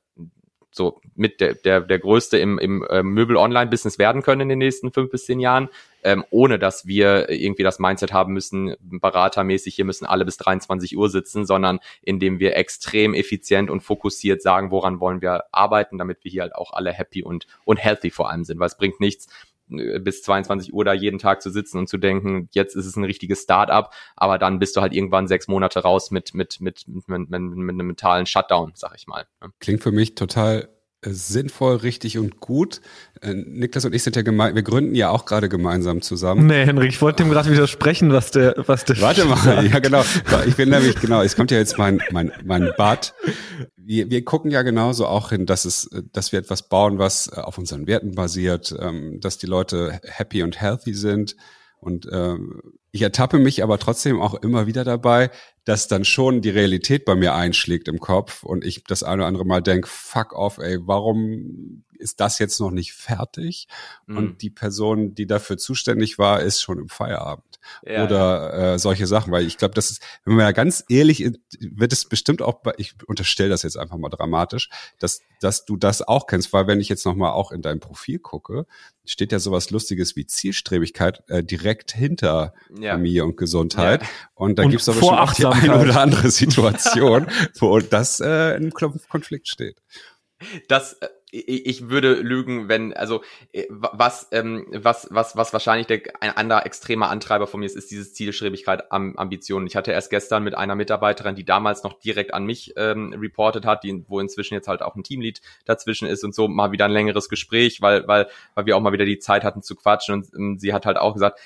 so mit der der der größte im im äh, Möbel-Online-Business werden können in den nächsten fünf bis zehn Jahren, ähm, ohne dass wir irgendwie das Mindset haben müssen, beratermäßig, hier müssen alle bis dreiundzwanzig Uhr sitzen, sondern indem wir extrem effizient und fokussiert sagen, woran wollen wir arbeiten, damit wir hier halt auch alle happy und und healthy vor allem sind, weil es bringt nichts, bis zweiundzwanzig Uhr da jeden Tag zu sitzen und zu denken, jetzt ist es ein richtiges Start-up, aber dann bist du halt irgendwann sechs Monate raus mit mit mit mit, mit, mit, mit einem mentalen Shutdown, sag ich mal. Klingt für mich total äh, sinnvoll, richtig und gut. Äh, Niklas und ich sind ja gemein, wir gründen ja auch gerade gemeinsam zusammen. Nee, Henrik, ich wollte dem gerade widersprechen, was der, was der. Warte mal, ja genau. Ich bin nämlich, genau, es kommt ja jetzt mein, mein, mein Bad. Wir, wir gucken ja genauso auch hin, dass es, dass wir etwas bauen, was auf unseren Werten basiert, ähm, dass die Leute happy und healthy sind. Und ähm, ich ertappe mich aber trotzdem auch immer wieder dabei, dass dann schon die Realität bei mir einschlägt im Kopf und ich das eine oder andere Mal denke, fuck off, ey, warum ist das jetzt noch nicht fertig? Mhm. Und die Person, die dafür zuständig war, ist schon im Feierabend. Ja, oder ja. Äh, solche Sachen, weil ich glaube, das ist, wenn man ja ganz ehrlich, wird es bestimmt auch, bei, ich unterstelle das jetzt einfach mal dramatisch, dass dass du das auch kennst, weil wenn ich jetzt nochmal auch in dein Profil gucke, steht ja sowas Lustiges wie Zielstrebigkeit äh, direkt hinter ja. Familie und Gesundheit. Ja. Und da gibt es aber schon auch die eine oder andere Situation, wo das äh, in Konflikt steht. Das ich würde lügen, wenn, also was ähm, was was was wahrscheinlich der ein anderer extremer Antreiber von mir ist, ist dieses Zielstrebigkeit, Ambitionen. Ich hatte erst gestern mit einer Mitarbeiterin, die damals noch direkt an mich ähm, reportet hat, die wo inzwischen jetzt halt auch ein Teamlead dazwischen ist und so, mal wieder ein längeres Gespräch, weil weil weil wir auch mal wieder die Zeit hatten zu quatschen und ähm, sie hat halt auch gesagt,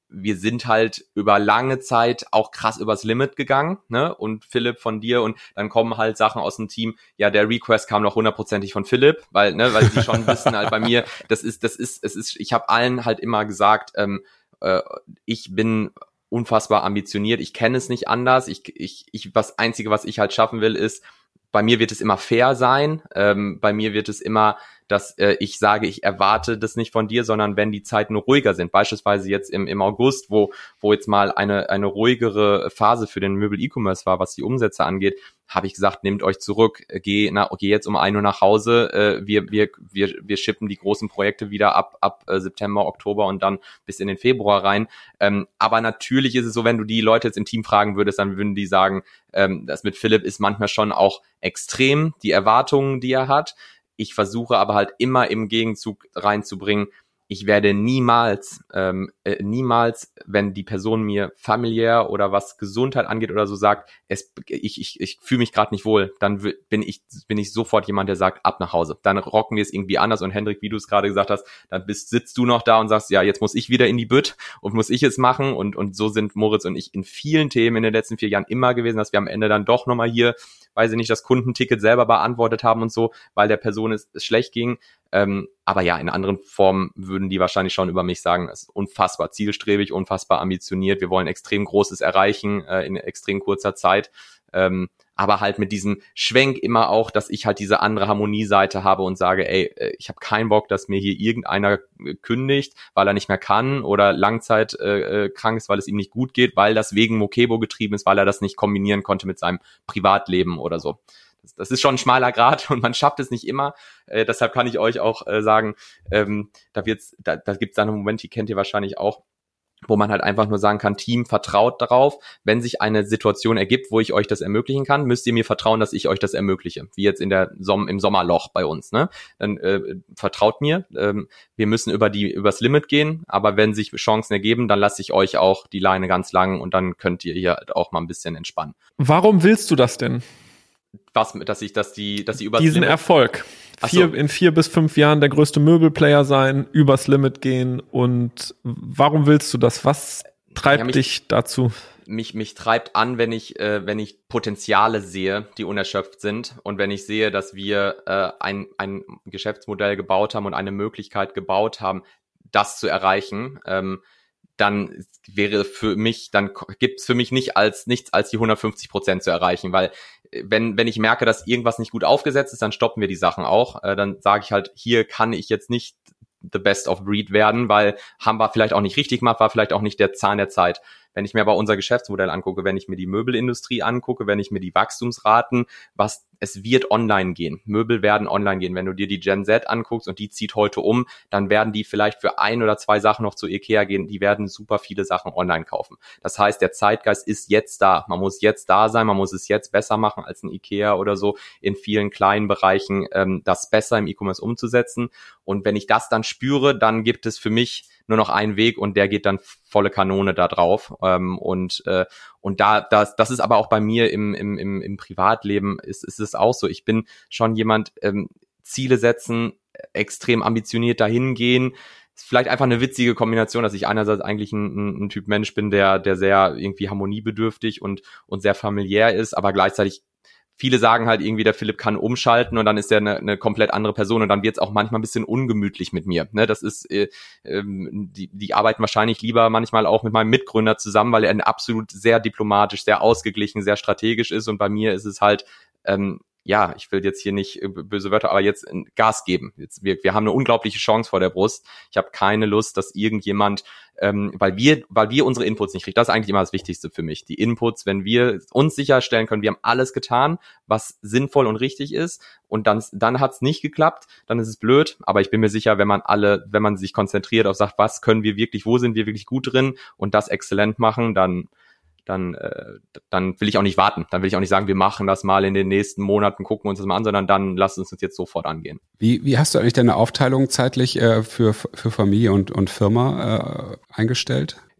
wir sind halt über lange Zeit auch krass übers Limit gegangen, ne? Und Philipp von dir, und dann kommen halt Sachen aus dem Team. Ja, der Request kam noch hundertprozentig von Philipp, weil, ne, weil sie schon wissen halt bei mir, das ist, das ist, es ist, ich habe allen halt immer gesagt, ähm, äh, ich bin unfassbar ambitioniert, ich kenne es nicht anders. Ich, ich, ich, das Einzige, was ich halt schaffen will, ist, bei mir wird es immer fair sein. Ähm, bei mir wird es immer, dass äh, ich sage, ich erwarte das nicht von dir, sondern wenn die Zeiten ruhiger sind, beispielsweise jetzt im, im August, wo wo jetzt mal eine eine ruhigere Phase für den Möbel-E-Commerce war, was die Umsätze angeht, habe ich gesagt, nehmt euch zurück, geh, na, geh jetzt um ein Uhr nach Hause, äh, wir wir wir wir shippen die großen Projekte wieder ab ab äh, September, Oktober und dann bis in den Februar rein. Ähm, aber natürlich ist es so, wenn du die Leute jetzt im Team fragen würdest, dann würden die sagen, ähm, das mit Philipp ist manchmal schon auch extrem, die Erwartungen, die er hat. Ich versuche aber halt immer im Gegenzug reinzubringen, ich werde niemals, ähm, äh, niemals, wenn die Person mir familiär oder was Gesundheit angeht oder so sagt, es, ich, ich, ich fühle mich gerade nicht wohl, dann w- bin ich, bin ich sofort jemand, der sagt, ab nach Hause. Dann rocken wir es irgendwie anders und Hendrik, wie du es gerade gesagt hast, dann bist, sitzt du noch da und sagst, ja, jetzt muss ich wieder in die Bütt und muss ich es machen, und, und so sind Moritz und ich in vielen Themen in den letzten vier Jahren immer gewesen, dass wir am Ende dann doch nochmal hier, weiß ich nicht, das Kundenticket selber beantwortet haben und so, weil der Person es, es schlecht ging. Ähm, aber ja, in anderen Formen würden die wahrscheinlich schon über mich sagen, es ist unfassbar zielstrebig, unfassbar ambitioniert, wir wollen extrem Großes erreichen äh, in extrem kurzer Zeit, ähm, aber halt mit diesem Schwenk immer auch, dass ich halt diese andere Harmonieseite habe und sage, ey, ich habe keinen Bock, dass mir hier irgendeiner kündigt, weil er nicht mehr kann oder Langzeit äh, krank ist, weil es ihm nicht gut geht, weil das wegen Mokebo getrieben ist, weil er das nicht kombinieren konnte mit seinem Privatleben oder so. Das ist schon ein schmaler Grat und man schafft es nicht immer. Äh, deshalb kann ich euch auch äh, sagen, ähm, da wird's, da, da gibt es dann einen Moment, die kennt ihr wahrscheinlich auch, wo man halt einfach nur sagen kann, Team, vertraut darauf, wenn sich eine Situation ergibt, wo ich euch das ermöglichen kann, müsst ihr mir vertrauen, dass ich euch das ermögliche. Wie jetzt in der Som- im Sommerloch bei uns, ne? Dann äh, vertraut mir. Ähm, wir müssen über die übers Limit gehen, aber wenn sich Chancen ergeben, dann lasse ich euch auch die Leine ganz lang und dann könnt ihr hier auch mal ein bisschen entspannen. Warum willst du das denn? Was, dass ich, dass die, dass sie übers Diesen Limit Erfolg. Vier, so. In vier bis fünf Jahren der größte Möbelplayer sein, übers Limit gehen. Und warum willst du das? Was treibt ja, mich, dich dazu? Mich, mich treibt an, wenn ich, äh, wenn ich Potenziale sehe, die unerschöpft sind, und wenn ich sehe, dass wir äh, ein, ein Geschäftsmodell gebaut haben und eine Möglichkeit gebaut haben, das zu erreichen. Ähm, dann wäre für mich, dann gibt's für mich nicht als nichts als die hundertfünfzig Prozent zu erreichen, weil wenn wenn ich merke, dass irgendwas nicht gut aufgesetzt ist, dann stoppen wir die Sachen auch. Äh, dann sage ich halt, hier kann ich jetzt nicht the best of breed werden, weil haben wir vielleicht auch nicht richtig gemacht, war vielleicht auch nicht der Zahn der Zeit. Wenn ich mir aber unser Geschäftsmodell angucke, wenn ich mir die Möbelindustrie angucke, wenn ich mir die Wachstumsraten, was es wird online gehen. Möbel werden online gehen. Wenn du dir die Gen Z anguckst und die zieht heute um, dann werden die vielleicht für ein oder zwei Sachen noch zu Ikea gehen. Die werden super viele Sachen online kaufen. Das heißt, der Zeitgeist ist jetzt da. Man muss jetzt da sein, man muss es jetzt besser machen als ein Ikea oder so, in vielen kleinen Bereichen ähm, das besser im E-Commerce umzusetzen. Und wenn ich das dann spüre, dann gibt es für mich nur noch einen Weg und der geht dann volle Kanone da drauf. Ähm, und äh, und da das das ist aber auch bei mir im im im, im Privatleben ist ist es auch so. Ich bin schon jemand, ähm, Ziele setzen, extrem ambitioniert dahin gehen. Ist vielleicht einfach eine witzige Kombination, dass ich einerseits eigentlich ein, ein, ein Typ Mensch bin, der der sehr irgendwie harmoniebedürftig und und sehr familiär ist, aber gleichzeitig viele sagen halt irgendwie, der Philipp kann umschalten und dann ist er eine, eine komplett andere Person und dann wird es auch manchmal ein bisschen ungemütlich mit mir. Ne, das ist, äh, ähm, die, die arbeiten wahrscheinlich lieber manchmal auch mit meinem Mitgründer zusammen, weil er absolut sehr diplomatisch, sehr ausgeglichen, sehr strategisch ist, und bei mir ist es halt, ähm, ja, ich will jetzt hier nicht böse Wörter, aber jetzt Gas geben. Jetzt, wir, wir haben eine unglaubliche Chance vor der Brust. Ich habe keine Lust, dass irgendjemand, ähm, weil wir, weil wir unsere Inputs nicht kriegen. Das ist eigentlich immer das Wichtigste für mich. Die Inputs, wenn wir uns sicherstellen können, wir haben alles getan, was sinnvoll und richtig ist, und dann, dann hat's nicht geklappt, dann ist es blöd. Aber ich bin mir sicher, wenn man alle, wenn man sich konzentriert auf sagt, was können wir wirklich, wo sind wir wirklich gut drin und das exzellent machen, dann dann äh, dann will ich auch nicht warten. Dann will ich auch nicht sagen, wir machen das mal in den nächsten Monaten, gucken uns das mal an, sondern dann lass uns das jetzt sofort angehen. Wie wie hast du eigentlich deine Aufteilung zeitlich äh, für für Familie und und Firma äh, eingestellt?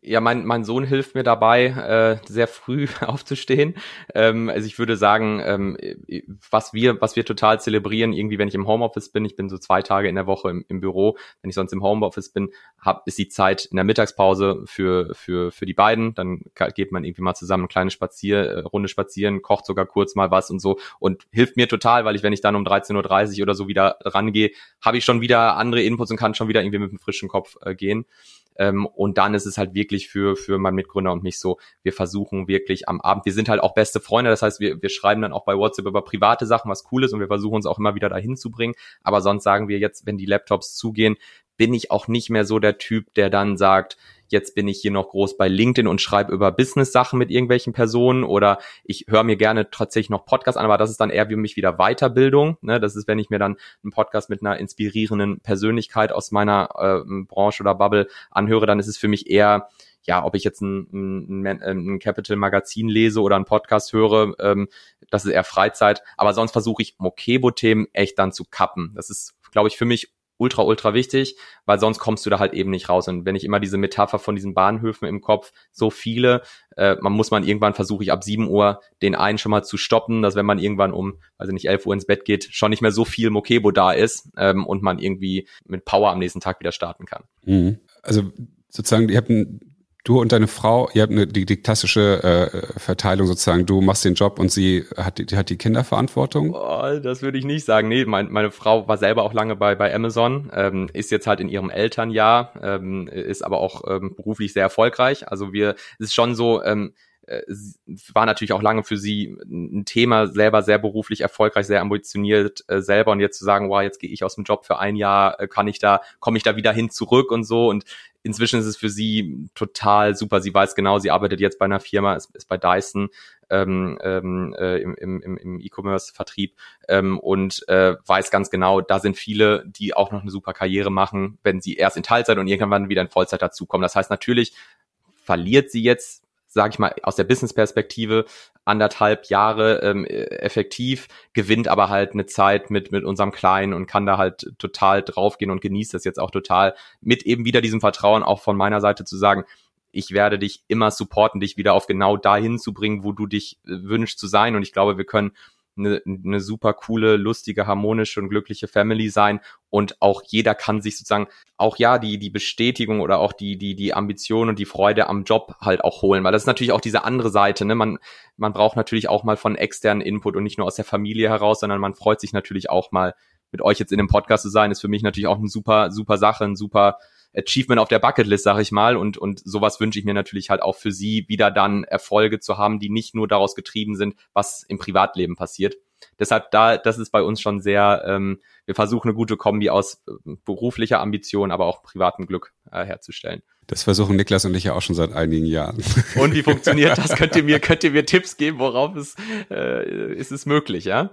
Ja, mein mein Sohn hilft mir dabei, äh, sehr früh aufzustehen. Ähm, also ich würde sagen, ähm, was wir was wir total zelebrieren, irgendwie, wenn ich im Homeoffice bin, ich bin so zwei Tage in der Woche im, im Büro, wenn ich sonst im Homeoffice bin, hab, ist die Zeit in der Mittagspause für für für die beiden. Dann geht man irgendwie mal zusammen eine kleine Spazier Runde spazieren, kocht sogar kurz mal was und so und hilft mir total, weil ich, wenn ich dann um dreizehn Uhr dreißig oder so wieder rangehe, habe ich schon wieder andere Inputs und kann schon wieder irgendwie mit einem frischen Kopf äh, gehen. Ähm, und dann ist es halt wirklich für für meinen Mitgründer und mich so, wir versuchen wirklich am Abend, wir sind halt auch beste Freunde, das heißt, wir wir schreiben dann auch bei WhatsApp über private Sachen, was cool ist und wir versuchen uns auch immer wieder dahin zu bringen, aber sonst sagen wir jetzt, wenn die Laptops zugehen, bin ich auch nicht mehr so der Typ, der dann sagt, jetzt bin ich hier noch groß bei LinkedIn und schreibe über Business-Sachen mit irgendwelchen Personen oder ich höre mir gerne tatsächlich noch Podcasts an, aber das ist dann eher für mich wieder Weiterbildung. Ne? Das ist, wenn ich mir dann einen Podcast mit einer inspirierenden Persönlichkeit aus meiner äh, Branche oder Bubble anhöre, dann ist es für mich eher, ja, ob ich jetzt ein, ein, ein Capital-Magazin lese oder einen Podcast höre, ähm, das ist eher Freizeit. Aber sonst versuche ich Mokebo-Themen echt dann zu kappen. Das ist, glaube ich, für mich ultra, ultra wichtig, weil sonst kommst du da halt eben nicht raus. Und wenn ich immer diese Metapher von diesen Bahnhöfen im Kopf, so viele, äh, man muss man irgendwann, versuche ich ab sieben Uhr den einen schon mal zu stoppen, dass wenn man irgendwann um, also nicht elf Uhr ins Bett geht, schon nicht mehr so viel Mokebo da ist ähm, und man irgendwie mit Power am nächsten Tag wieder starten kann. Mhm. Also sozusagen, ihr habt ein Du und deine Frau, ihr habt eine, die, die klassische äh, Verteilung sozusagen, du machst den Job und sie hat, die, hat die Kinderverantwortung? Oh, das würde ich nicht sagen. Nee, mein, meine Frau war selber auch lange bei bei Amazon, ähm, ist jetzt halt in ihrem Elternjahr, ähm, ist aber auch ähm, beruflich sehr erfolgreich. Also wir, es ist schon so, ähm, es war natürlich auch lange für sie ein Thema, selber sehr beruflich erfolgreich, sehr ambitioniert äh, selber und jetzt zu sagen, wow, jetzt gehe ich aus dem Job für ein Jahr, äh, kann ich da, komme ich da wieder hin zurück und so und inzwischen ist es für sie total super. Sie weiß genau, sie arbeitet jetzt bei einer Firma, ist, ist bei Dyson ähm, ähm, äh, im, im, im E-Commerce-Vertrieb ähm, und äh, weiß ganz genau, da sind viele, die auch noch eine super Karriere machen, wenn sie erst in Teilzeit und irgendwann wieder in Vollzeit dazukommen. Das heißt, natürlich verliert sie jetzt, sage ich mal, aus der Business-Perspektive anderthalb Jahre ähm, effektiv, gewinnt aber halt eine Zeit mit mit unserem Kleinen und kann da halt total draufgehen und genießt das jetzt auch total mit eben wieder diesem Vertrauen auch von meiner Seite zu sagen, ich werde dich immer supporten, dich wieder auf genau dahin zu bringen, wo du dich äh, wünschst zu sein und ich glaube, wir können eine, eine super coole, lustige, harmonische und glückliche Family sein und auch jeder kann sich sozusagen auch ja die die Bestätigung oder auch die die die Ambition und die Freude am Job halt auch holen, weil das ist natürlich auch diese andere Seite, ne? Man man braucht natürlich auch mal von externen Input und nicht nur aus der Familie heraus, sondern man freut sich natürlich auch mal mit euch jetzt in dem Podcast zu sein, ist für mich natürlich auch eine super super Sache, ein super Achievement auf der Bucketlist, sag ich mal, und und sowas wünsche ich mir natürlich halt auch für sie, wieder dann Erfolge zu haben, die nicht nur daraus getrieben sind, was im Privatleben passiert. Deshalb da, das ist bei uns schon sehr, ähm, wir versuchen eine gute Kombi aus äh, beruflicher Ambition, aber auch privatem Glück äh, herzustellen. Das versuchen Niklas und ich ja auch schon seit einigen Jahren. Und wie funktioniert das? Könnt ihr mir, könnt ihr mir Tipps geben, worauf es, äh, ist es möglich, ja?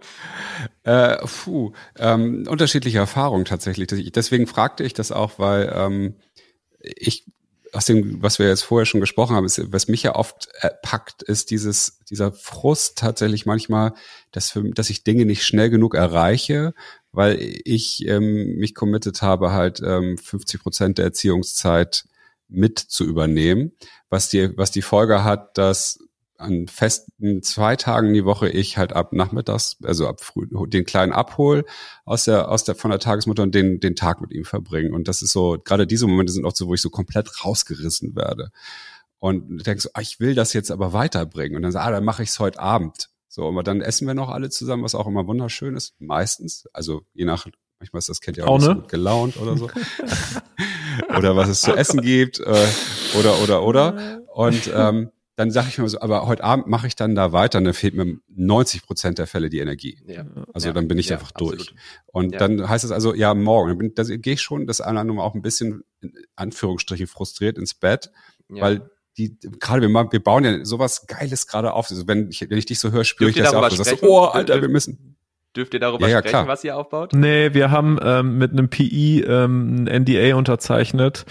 Äh, puh, ähm, unterschiedliche Erfahrungen tatsächlich. Deswegen fragte ich das auch, weil ähm, ich aus dem, was wir jetzt vorher schon gesprochen haben, ist, was mich ja oft äh, packt, ist dieses, dieser Frust tatsächlich manchmal, dass, für, dass ich Dinge nicht schnell genug erreiche, weil ich ähm, mich committed habe, halt ähm, fünfzig Prozent der Erziehungszeit mit zu übernehmen, was die, was die Folge hat, dass an festen zwei Tagen die Woche ich halt ab nachmittags, also ab früh, den Kleinen abhol aus der, aus der, von der Tagesmutter und den, den Tag mit ihm verbringen. Und das ist so, gerade diese Momente sind oft so, wo ich so komplett rausgerissen werde. Und denkst so, ah, ich will das jetzt aber weiterbringen. Und dann sag, ah, dann mache ich es heute Abend. So, aber dann essen wir noch alle zusammen, was auch immer wunderschön ist. Meistens. Also, je nach, manchmal ist das Kind ja auch, auch nicht so gut gelaunt oder so. Oder was es zu essen gibt, äh, oder, oder, oder. Und, ähm, dann sage ich mir so, aber heute Abend mache ich dann da weiter, dann fehlt mir neunzig Prozent der Fälle die Energie. Ja. Also ja, dann bin ich ja, einfach durch. Absolut. Und ja. Dann heißt es also, ja, morgen. Dann, bin, dann gehe ich schon das eine oder andere Mal auch ein bisschen, in Anführungsstriche, frustriert ins Bett, ja. Weil die, gerade wir, wir bauen ja sowas Geiles gerade auf. Also wenn ich, wenn ich dich so höre, spüre ich das ja auch. Du sagst so, oh, Alter, wir müssen... Dürft ihr darüber ja, ja, sprechen, klar. Was ihr aufbaut? Nee, wir haben ähm, mit einem P I ähm, ein N D A unterzeichnet,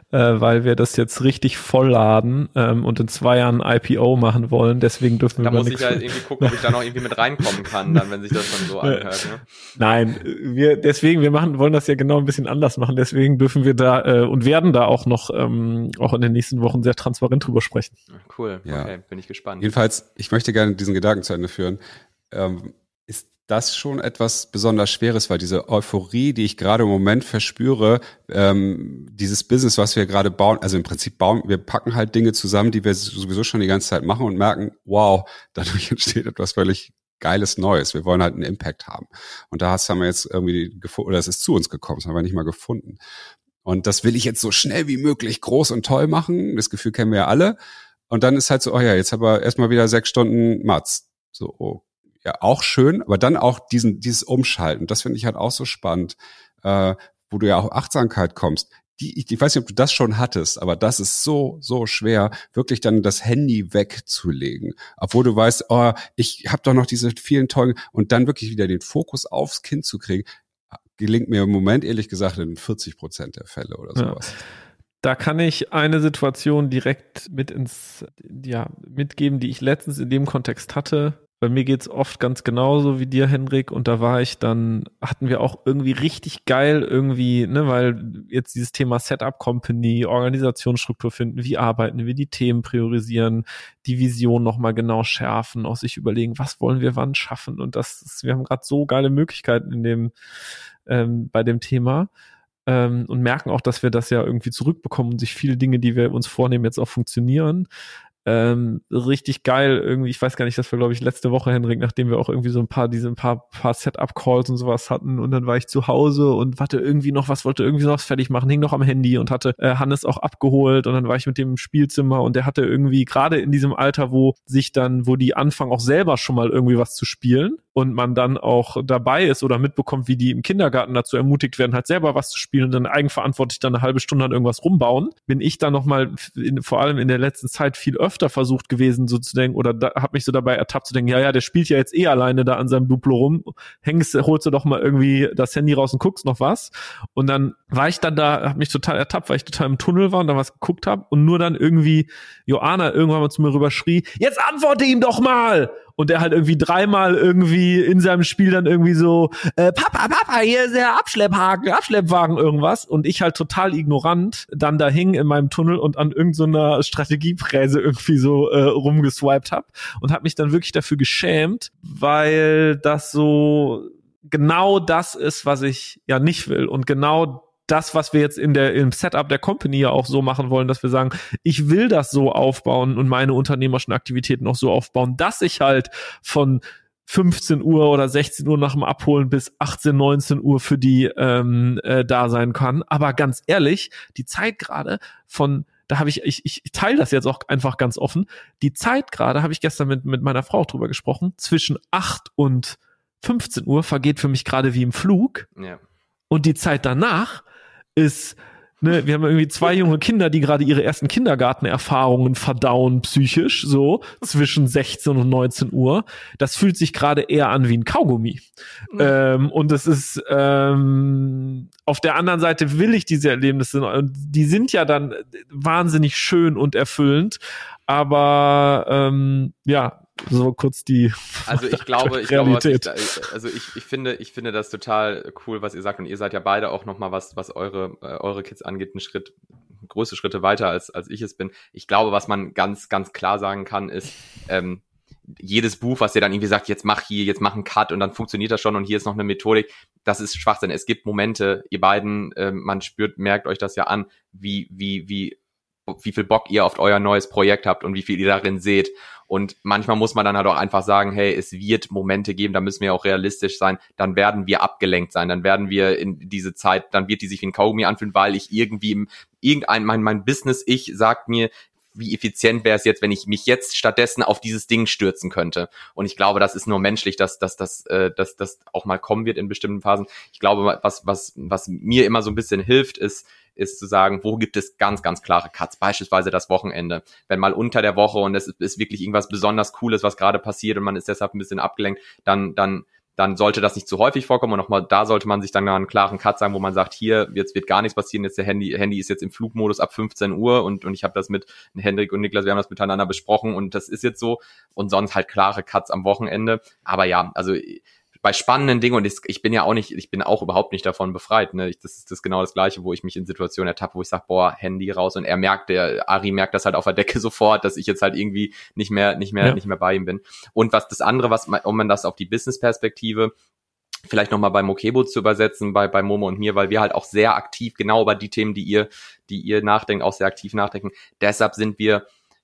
äh, weil wir das jetzt richtig vollladen ähm, und in zwei Jahren I P O machen wollen. Deswegen dürfen da wir. Da muss ich halt irgendwie gucken, ob ich da noch irgendwie mit reinkommen kann, dann, wenn sich das dann so anhört. Ne? Nein, wir deswegen, wir machen, wollen das ja genau ein bisschen anders machen. Deswegen dürfen wir da äh, und werden da auch noch ähm, auch in den nächsten Wochen sehr transparent drüber sprechen. Cool, ja. Okay, bin ich gespannt. Jedenfalls, ich möchte gerne diesen Gedanken zu Ende führen. Ähm, ist das schon etwas besonders Schweres, weil diese Euphorie, die ich gerade im Moment verspüre, ähm, dieses Business, was wir gerade bauen, also im Prinzip bauen, wir packen halt Dinge zusammen, die wir sowieso schon die ganze Zeit machen und merken, wow, dadurch entsteht etwas völlig Geiles Neues. Wir wollen halt einen Impact haben. Und da haben wir jetzt irgendwie gefunden, oder es ist zu uns gekommen, das haben wir nicht mal gefunden. Und das will ich jetzt so schnell wie möglich groß und toll machen. Das Gefühl kennen wir ja alle. Und dann ist halt so, oh ja, jetzt haben wir erstmal wieder sechs Stunden Mats. So, oh, ja, auch schön, aber dann auch diesen, dieses Umschalten. Das finde ich halt auch so spannend, äh, wo du ja auch Achtsamkeit kommst. Die, ich, ich weiß nicht, ob du das schon hattest, aber das ist so, so schwer, wirklich dann das Handy wegzulegen. Obwohl du weißt, oh, ich habe doch noch diese vielen tollen, und dann wirklich wieder den Fokus aufs Kind zu kriegen, gelingt mir im Moment, ehrlich gesagt, in vierzig Prozent der Fälle oder sowas. Ja. Da kann ich eine Situation direkt mit ins, ja, mitgeben, die ich letztens in dem Kontext hatte. Bei mir geht's oft ganz genauso wie dir, Henrik, und da war ich dann, hatten wir auch irgendwie richtig geil irgendwie, ne, weil jetzt dieses Thema Setup Company, Organisationsstruktur finden, wie arbeiten wir, die Themen priorisieren, die Vision nochmal genau schärfen, auch sich überlegen, was wollen wir wann schaffen, und das ist, wir haben gerade so geile Möglichkeiten in dem, ähm, bei dem Thema. Ähm, und merken auch, dass wir das ja irgendwie zurückbekommen und sich viele Dinge, die wir uns vornehmen, jetzt auch funktionieren. Ähm, richtig geil irgendwie, ich weiß gar nicht, das war glaube ich letzte Woche, Henrik, nachdem wir auch irgendwie so ein paar, diese ein paar, paar Setup-Calls und sowas hatten, und dann war ich zu Hause und hatte irgendwie noch was, wollte irgendwie noch was fertig machen, hing noch am Handy und hatte äh, Hannes auch abgeholt, und dann war ich mit dem im Spielzimmer, und der hatte irgendwie gerade in diesem Alter, wo sich dann, wo die anfangen auch selber schon mal irgendwie was zu spielen und man dann auch dabei ist oder mitbekommt, wie die im Kindergarten dazu ermutigt werden, halt selber was zu spielen und dann eigenverantwortlich dann eine halbe Stunde an irgendwas rumbauen, bin ich dann nochmal vor allem in der letzten Zeit viel öfter versucht gewesen, so zu denken, oder da, habe mich so dabei ertappt zu denken, ja, ja, der spielt ja jetzt eh alleine da an seinem Duplo rum, hängst, holst du doch mal irgendwie das Handy raus und guckst noch was, und dann war ich dann da, habe mich total ertappt, weil ich total im Tunnel war und da was geguckt habe und nur dann irgendwie Joanna irgendwann mal zu mir rüber schrie, jetzt antworte ihm doch mal! Und der halt irgendwie dreimal irgendwie in seinem Spiel dann irgendwie so, äh, Papa, Papa, hier ist der Abschlepphaken, Abschleppwagen, irgendwas. Und ich halt total ignorant dann da hing in meinem Tunnel und an irgendeiner Strategiepräse irgendwie so äh, rumgeswiped hab und hab mich dann wirklich dafür geschämt, weil das so genau das ist, was ich ja nicht will, und genau das, was wir jetzt in der im Setup der Company ja auch so machen wollen, dass wir sagen, ich will das so aufbauen und meine unternehmerischen Aktivitäten auch so aufbauen, dass ich halt von fünfzehn Uhr oder sechzehn Uhr nach dem Abholen bis achtzehn, neunzehn Uhr für die ähm, äh, da sein kann. Aber ganz ehrlich, die Zeit gerade von Da habe ich, ich, ich teile das jetzt auch einfach ganz offen. Die Zeit gerade, habe ich gestern mit, mit meiner Frau drüber gesprochen, zwischen acht und fünfzehn Uhr vergeht für mich gerade wie im Flug. Ja. Und die Zeit danach ist, ne, wir haben irgendwie zwei junge Kinder, die gerade ihre ersten Kindergartenerfahrungen verdauen, psychisch, so, zwischen sechzehn und neunzehn Uhr. Das fühlt sich gerade eher an wie ein Kaugummi. Mhm. Ähm, und es ist, ähm, auf der anderen Seite will ich diese Erlebnisse, und die sind ja dann wahnsinnig schön und erfüllend, aber, ähm, ja, so kurz die Also ich glaube, ich glaube, was ich, also ich, ich finde, ich finde das total cool, was ihr sagt, und ihr seid ja beide auch nochmal, was, was eure, äh, eure Kids angeht, einen Schritt, große Schritte weiter als, als ich es bin. Ich glaube, was man ganz, ganz klar sagen kann, ist, ähm, jedes Buch, was ihr dann irgendwie sagt, jetzt mach hier, jetzt mach einen Cut und dann funktioniert das schon und hier ist noch eine Methodik, das ist Schwachsinn. Es gibt Momente, ihr beiden, äh, man spürt, merkt euch das ja an, wie, wie, wie, wie viel Bock ihr auf euer neues Projekt habt und wie viel ihr darin seht. Und manchmal muss man dann halt auch einfach sagen, hey, es wird Momente geben, da müssen wir auch realistisch sein, dann werden wir abgelenkt sein, dann werden wir in diese Zeit, dann wird die sich wie ein Kaugummi anfühlen, weil ich irgendwie, im, irgendein, mein, mein Business-Ich sagt mir, wie effizient wäre es jetzt, wenn ich mich jetzt stattdessen auf dieses Ding stürzen könnte. Und ich glaube, das ist nur menschlich, dass dass dass äh, dass das auch mal kommen wird in bestimmten Phasen. Ich glaube, was was was mir immer so ein bisschen hilft, ist ist zu sagen, wo gibt es ganz, ganz klare Cuts, beispielsweise das Wochenende. Wenn mal unter der Woche und es ist wirklich irgendwas besonders Cooles, was gerade passiert und man ist deshalb ein bisschen abgelenkt, dann dann dann sollte das nicht zu häufig vorkommen und nochmal, da sollte man sich dann einen klaren Cut sagen, wo man sagt, hier, jetzt wird gar nichts passieren, jetzt der Handy, Handy ist jetzt im Flugmodus ab fünfzehn Uhr und, und ich habe das mit Hendrik und Niklas, wir haben das miteinander besprochen und das ist jetzt so und sonst halt klare Cuts am Wochenende. Aber ja, also bei spannenden Dingen, und ich, ich bin ja auch nicht, ich bin auch überhaupt nicht davon befreit, ne, ich, das ist das genau das Gleiche, wo ich mich in Situationen ertappe, wo ich sage, boah, Handy raus, und er merkt, der Ari merkt das halt auf der Decke sofort, dass ich jetzt halt irgendwie nicht mehr, nicht mehr, ja. nicht mehr bei ihm bin. Und was das andere, was, um man das auf die Business-Perspektive vielleicht nochmal bei Mokebo zu übersetzen, bei, bei Momo und mir, weil wir halt auch sehr aktiv genau über die Themen, die ihr, die ihr nachdenkt, auch sehr aktiv nachdenken. Deshalb sind wir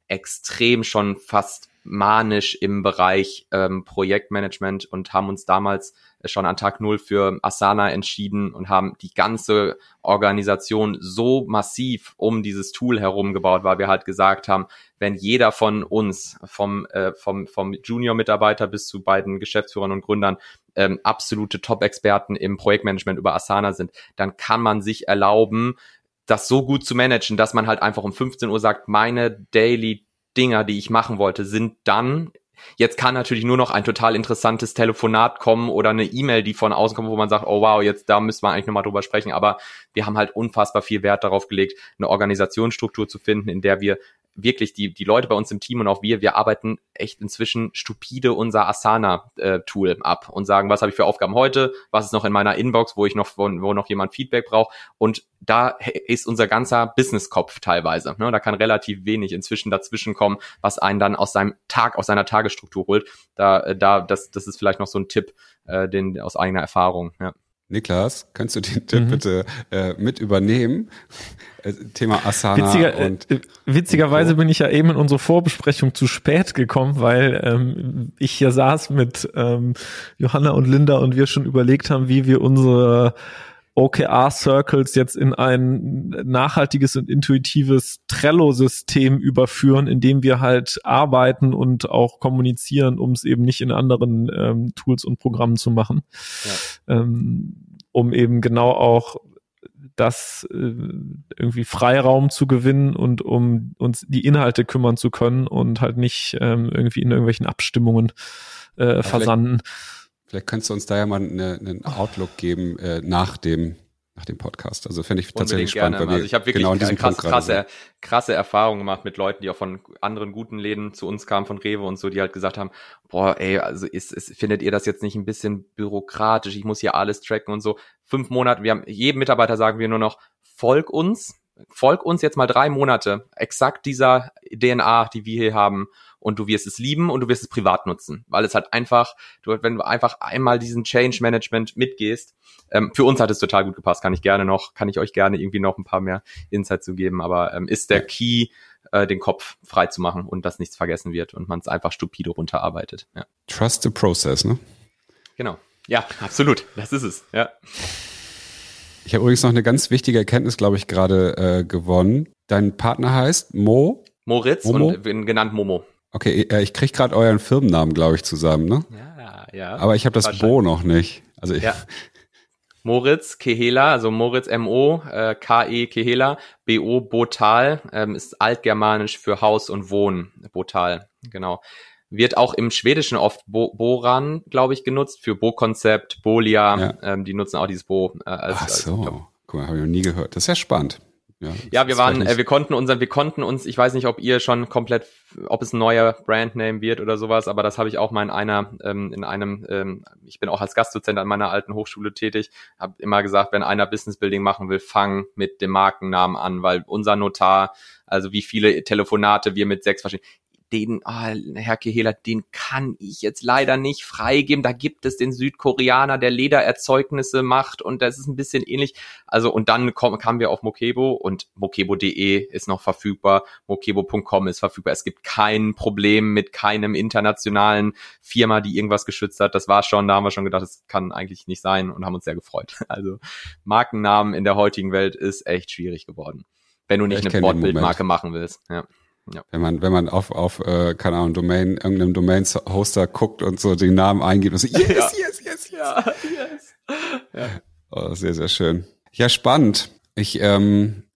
extrem schon fast manisch im Bereich ähm, Projektmanagement und haben uns damals schon an Tag null für Asana entschieden und haben die ganze Organisation so massiv um dieses Tool herum gebaut, weil wir halt gesagt haben, wenn jeder von uns, vom äh, vom vom Junior-Mitarbeiter bis zu beiden Geschäftsführern und Gründern, ähm, absolute Top-Experten im Projektmanagement über Asana sind, dann kann man sich erlauben, das so gut zu managen, dass man halt einfach um fünfzehn Uhr sagt, meine Daily Dinger, die ich machen wollte, sind dann, jetzt kann natürlich nur noch ein total interessantes Telefonat kommen oder eine E-Mail, die von außen kommt, wo man sagt, oh wow, jetzt da müssen wir eigentlich nochmal drüber sprechen, aber wir haben halt unfassbar viel Wert darauf gelegt, eine Organisationsstruktur zu finden, in der wir wirklich die die Leute bei uns im Team und auch wir, wir arbeiten echt inzwischen stupide unser Asana-Tool äh, ab und sagen, was habe ich für Aufgaben heute, was ist noch in meiner Inbox, wo ich noch wo, wo noch jemand Feedback braucht, und da ist unser ganzer Business-Kopf teilweise. Ne? Da kann relativ wenig inzwischen dazwischen kommen, was einen dann aus seinem Tag, aus seiner Tagesstruktur holt. Da da das das ist vielleicht noch so ein Tipp, äh, den aus eigener Erfahrung. Ja. Niklas, kannst du den Tipp mhm. bitte äh, mit übernehmen? Thema Asana. Witziger, und äh, witzigerweise und bin ich ja eben in unsere Vorbesprechung zu spät gekommen, weil ähm, ich hier saß mit ähm, Johanna und Linda und wir schon überlegt haben, wie wir unsere O K R-Circles jetzt in ein nachhaltiges und intuitives Trello-System überführen, in dem wir halt arbeiten und auch kommunizieren, um es eben nicht in anderen ähm, Tools und Programmen zu machen, ja. ähm, um eben genau auch das äh, irgendwie Freiraum zu gewinnen und um uns die Inhalte kümmern zu können und halt nicht ähm, irgendwie in irgendwelchen Abstimmungen äh, versanden. Vielleicht könntest du uns da ja mal eine, einen Outlook geben äh, nach dem nach dem Podcast. Also finde ich tatsächlich spannend. Weil wir also ich habe wirklich genau krass, krasse, krasse Erfahrungen gemacht mit Leuten, die auch von anderen guten Läden zu uns kamen, von Rewe und so, die halt gesagt haben, boah, ey, also ist, ist, findet ihr das jetzt nicht ein bisschen bürokratisch? Ich muss hier alles tracken und so. Fünf Monate, wir haben jedem Mitarbeiter sagen wir nur noch, folg uns, folg uns jetzt mal drei Monate, exakt dieser D N A, die wir hier haben. Und du wirst es lieben und du wirst es privat nutzen, weil es halt einfach, du, wenn du einfach einmal diesen Change Management mitgehst, ähm, für uns hat es total gut gepasst, kann ich gerne noch, kann ich euch gerne irgendwie noch ein paar mehr Insights zu geben, aber ähm, ist der Key, äh, den Kopf frei zu machen und dass nichts vergessen wird und man es einfach stupide runterarbeitet. Ja. Trust the process, ne? Genau. Ja, absolut. Das ist es, ja. Ich habe übrigens noch eine ganz wichtige Erkenntnis, glaube ich, gerade äh, gewonnen. Dein Partner heißt Mo? Moritz Momo? Und bin genannt Momo. Okay, ich kriege gerade euren Firmennamen, glaube ich, zusammen, ne? Ja, ja. Aber ich habe das Bo noch nicht. Also ich ja. Moritz Kehela, also Moritz M O, äh, K E Kehela, B O Botal, ähm, ist altgermanisch für Haus und Wohnen, Botal, genau. Wird auch im Schwedischen oft Bo- Boran, glaube ich, genutzt, für Bo-Konzept, Bolia, ja. ähm, die nutzen auch dieses Bo. Äh, als, Ach so, als, guck mal, habe ich noch nie gehört. Das ist ja spannend. Ja, ja, wir waren, äh, wir konnten unseren, wir konnten uns, ich weiß nicht, ob ihr schon komplett, ob es ein neuer Brandname wird oder sowas, aber das habe ich auch mal in einer, ähm, in einem, ähm, ich bin auch als Gastdozent an meiner alten Hochschule tätig, habe immer gesagt, wenn einer Business Building machen will, fang mit dem Markennamen an, weil unser Notar, also wie viele Telefonate wir mit sechs verschiedenen, den, oh, Herr Kehela, den kann ich jetzt leider nicht freigeben. Da gibt es den Südkoreaner, der Ledererzeugnisse macht und das ist ein bisschen ähnlich. Also und dann kom- kamen wir auf Mokebo und mokebo punkt de ist noch verfügbar, mokebo punkt com ist verfügbar. Es gibt kein Problem mit keinem internationalen Firma, die irgendwas geschützt hat. Das war schon, da haben wir schon gedacht, das kann eigentlich nicht sein und haben uns sehr gefreut. Also Markennamen in der heutigen Welt ist echt schwierig geworden, wenn du nicht ja, eine Wortbildmarke machen willst. Ja. Ja. Wenn man, wenn man auf, auf, äh, keine Ahnung, Domain, irgendeinem Domain-Hoster guckt und so den Namen eingibt und so, yes, ja. yes, yes, yes. Ja, yes. Ja. Oh, sehr, sehr schön. Ja, spannend. Ich ähm,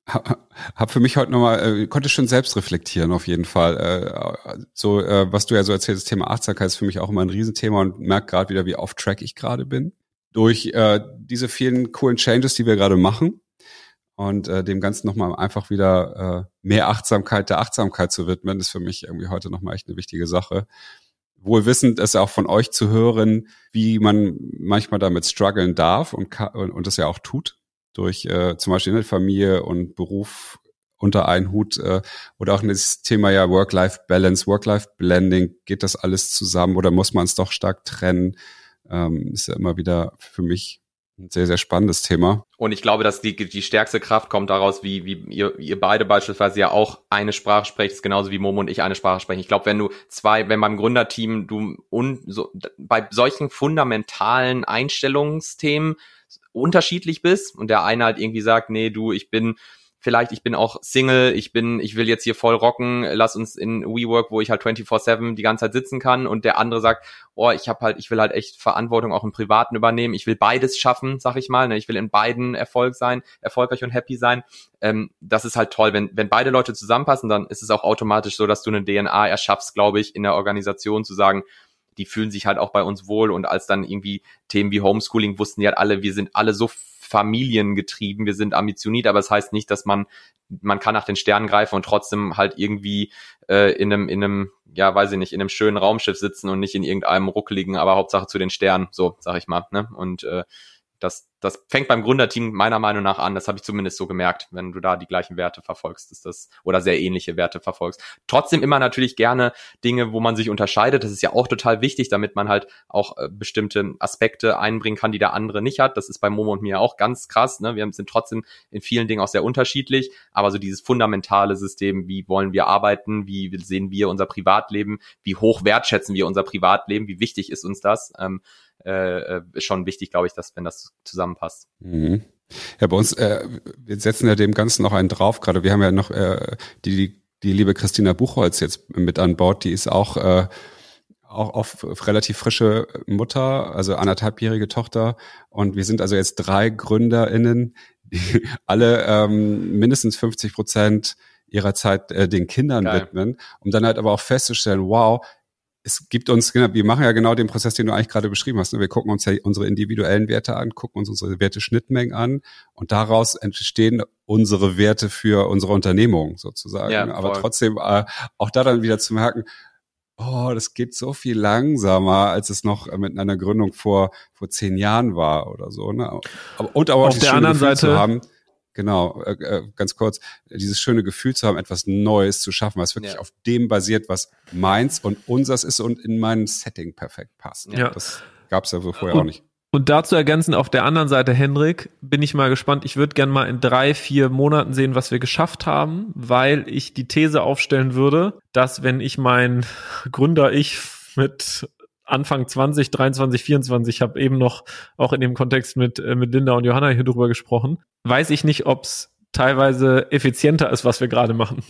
Hab für mich heute nochmal, äh, konnte schon selbst reflektieren auf jeden Fall. Äh, so, äh, was du ja so erzählst, das Thema Achtsamkeit ist für mich auch immer ein Riesenthema und merke gerade wieder, wie off track ich gerade bin. Durch äh, diese vielen coolen Changes, die wir gerade machen und äh, dem Ganzen nochmal einfach wieder äh, mehr Achtsamkeit der Achtsamkeit zu widmen, ist für mich irgendwie heute nochmal echt eine wichtige Sache. Wohl wissend ist auch von euch zu hören, wie man manchmal damit strugglen darf und, und, und das ja auch tut. Durch äh, zum Beispiel eine Familie und Beruf unter einen Hut äh, oder auch das Thema ja Work-Life-Balance, Work-Life-Blending, geht das alles zusammen oder muss man es doch stark trennen? Ähm, ist ja immer wieder für mich ein sehr, sehr spannendes Thema. Und ich glaube, dass die die stärkste Kraft kommt daraus, wie wie ihr, ihr beide beispielsweise ja auch eine Sprache sprecht, ist genauso wie Momo und ich eine Sprache sprechen. Ich glaube, wenn du zwei, wenn beim Gründerteam du un, so, bei solchen fundamentalen Einstellungsthemen unterschiedlich bist und der eine halt irgendwie sagt, nee, du, ich bin vielleicht, ich bin auch Single, ich bin, ich will jetzt hier voll rocken, lass uns in WeWork, wo ich halt vierundzwanzig sieben die ganze Zeit sitzen kann, und der andere sagt, oh, ich habe halt, ich will halt echt Verantwortung auch im Privaten übernehmen, ich will beides schaffen, sag ich mal, ne? Ich will in beiden Erfolg sein, erfolgreich und happy sein. Ähm, das ist halt toll, wenn wenn beide Leute zusammenpassen, dann ist es auch automatisch so, dass du eine D N A erschaffst, glaube ich, in der Organisation, zu sagen, die fühlen sich halt auch bei uns wohl. Und als dann irgendwie Themen wie Homeschooling, wussten die halt alle, wir sind alle so familiengetrieben, wir sind ambitioniert, aber es das heißt nicht, dass man, man kann nach den Sternen greifen und trotzdem halt irgendwie äh, in einem, in einem, ja, weiß ich nicht, in einem schönen Raumschiff sitzen und nicht in irgendeinem ruckeligen, aber Hauptsache zu den Sternen, so, sag ich mal, ne? Und äh, das, das fängt beim Gründerteam meiner Meinung nach an. Das habe ich zumindest so gemerkt. Wenn du da die gleichen Werte verfolgst, ist das, oder sehr ähnliche Werte verfolgst. Trotzdem immer natürlich gerne Dinge, wo man sich unterscheidet. Das ist ja auch total wichtig, damit man halt auch äh, bestimmte Aspekte einbringen kann, die der andere nicht hat. Das ist bei Momo und mir auch ganz krass, ne? Wir sind trotzdem in vielen Dingen auch sehr unterschiedlich. Aber so dieses fundamentale System, wie wollen wir arbeiten? Wie sehen wir unser Privatleben? Wie hoch wertschätzen wir unser Privatleben? Wie wichtig ist uns das? Ähm, Äh, ist schon wichtig, glaube ich, dass, wenn das zusammenpasst. Mhm. Ja, bei uns, äh, wir setzen ja dem Ganzen noch einen drauf. Gerade wir haben ja noch äh, die, die die liebe Christina Buchholz jetzt mit an Bord. Die ist auch äh, auch auf relativ frische Mutter, also anderthalbjährige Tochter. Und wir sind also jetzt drei GründerInnen, die alle ähm, mindestens fünfzig Prozent ihrer Zeit äh, den Kindern Geil. widmen, um dann halt aber auch festzustellen, wow, es gibt uns, wir machen ja genau den Prozess, den du eigentlich gerade beschrieben hast. Wir gucken uns ja unsere individuellen Werte an, gucken uns unsere Werteschnittmengen an und daraus entstehen unsere Werte für unsere Unternehmung sozusagen. Ja, aber trotzdem äh, auch da dann wieder zu merken, oh, das geht so viel langsamer, als es noch mit einer Gründung vor vor zehn Jahren war oder so. Ne? Aber, und aber auch auf der anderen Gefühl Seite zu haben, genau, äh, ganz kurz, dieses schöne Gefühl zu haben, etwas Neues zu schaffen, was wirklich ja. auf dem basiert, was meins und unseres ist und in mein Setting perfekt passt. Ja. Das gab es ja so vorher und, auch nicht. Und dazu ergänzen, auf der anderen Seite, Henrik, bin ich mal gespannt. Ich würde gerne mal in drei, vier Monaten sehen, was wir geschafft haben, weil ich die These aufstellen würde, dass wenn ich mein Gründer-Ich mit Anfang zwanzig, dreiundzwanzig, vierundzwanzig, habe eben noch auch in dem Kontext mit mit Linda und Johanna hier drüber gesprochen, weiß ich nicht, ob es teilweise effizienter ist, was wir gerade machen.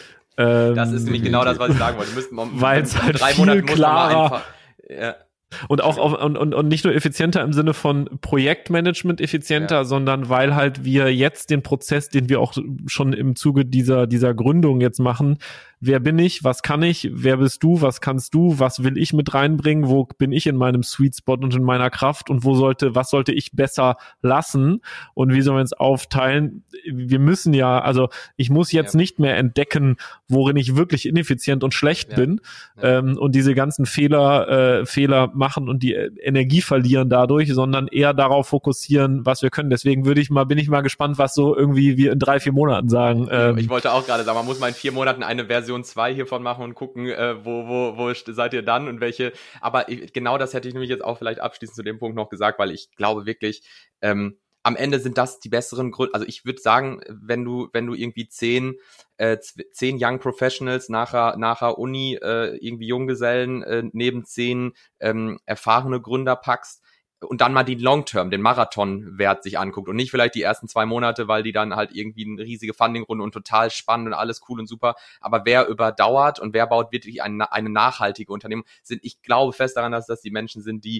Ähm, das ist nämlich genau das, was ich sagen wollte. Weil es halt drei viel Monaten klarer einfach, ja. Und auch auf, und, und, und nicht nur effizienter im Sinne von Projektmanagement effizienter, ja. sondern weil halt wir jetzt den Prozess, den wir auch schon im Zuge dieser dieser Gründung jetzt machen, wer bin ich, was kann ich, wer bist du, was kannst du, was will ich mit reinbringen, wo bin ich in meinem Sweet Spot und in meiner Kraft und wo sollte, was sollte ich besser lassen und wie sollen wir uns aufteilen? Wir müssen ja, also ich muss jetzt ja. nicht mehr entdecken, worin ich wirklich ineffizient und schlecht ja. bin ja. Ähm, und diese ganzen Fehler, äh, Fehler machen und die Energie verlieren dadurch, sondern eher darauf fokussieren, was wir können. Deswegen würde ich mal, bin ich mal gespannt, was so irgendwie wir in drei, vier Monaten sagen. Ähm, ich wollte auch gerade sagen, man muss mal in vier Monaten eine Version zwei hiervon machen und gucken, äh, wo, wo, wo seid ihr dann und welche, aber ich, genau das hätte ich nämlich jetzt auch vielleicht abschließend zu dem Punkt noch gesagt, weil ich glaube wirklich, ähm, am Ende sind das die besseren Gründe. Also ich würde sagen, wenn du wenn du irgendwie zehn äh, zehn Young Professionals nachher nachher Uni äh, irgendwie Junggesellen äh, neben zehn ähm, erfahrene Gründer packst und dann mal die Long-Term, den Marathon-Wert sich anguckt und nicht vielleicht die ersten zwei Monate, weil die dann halt irgendwie eine riesige Funding-Runde und total spannend und alles cool und super, aber wer überdauert und wer baut wirklich eine, eine nachhaltige Unternehmung, sind, ich glaube fest daran, dass das die Menschen sind, die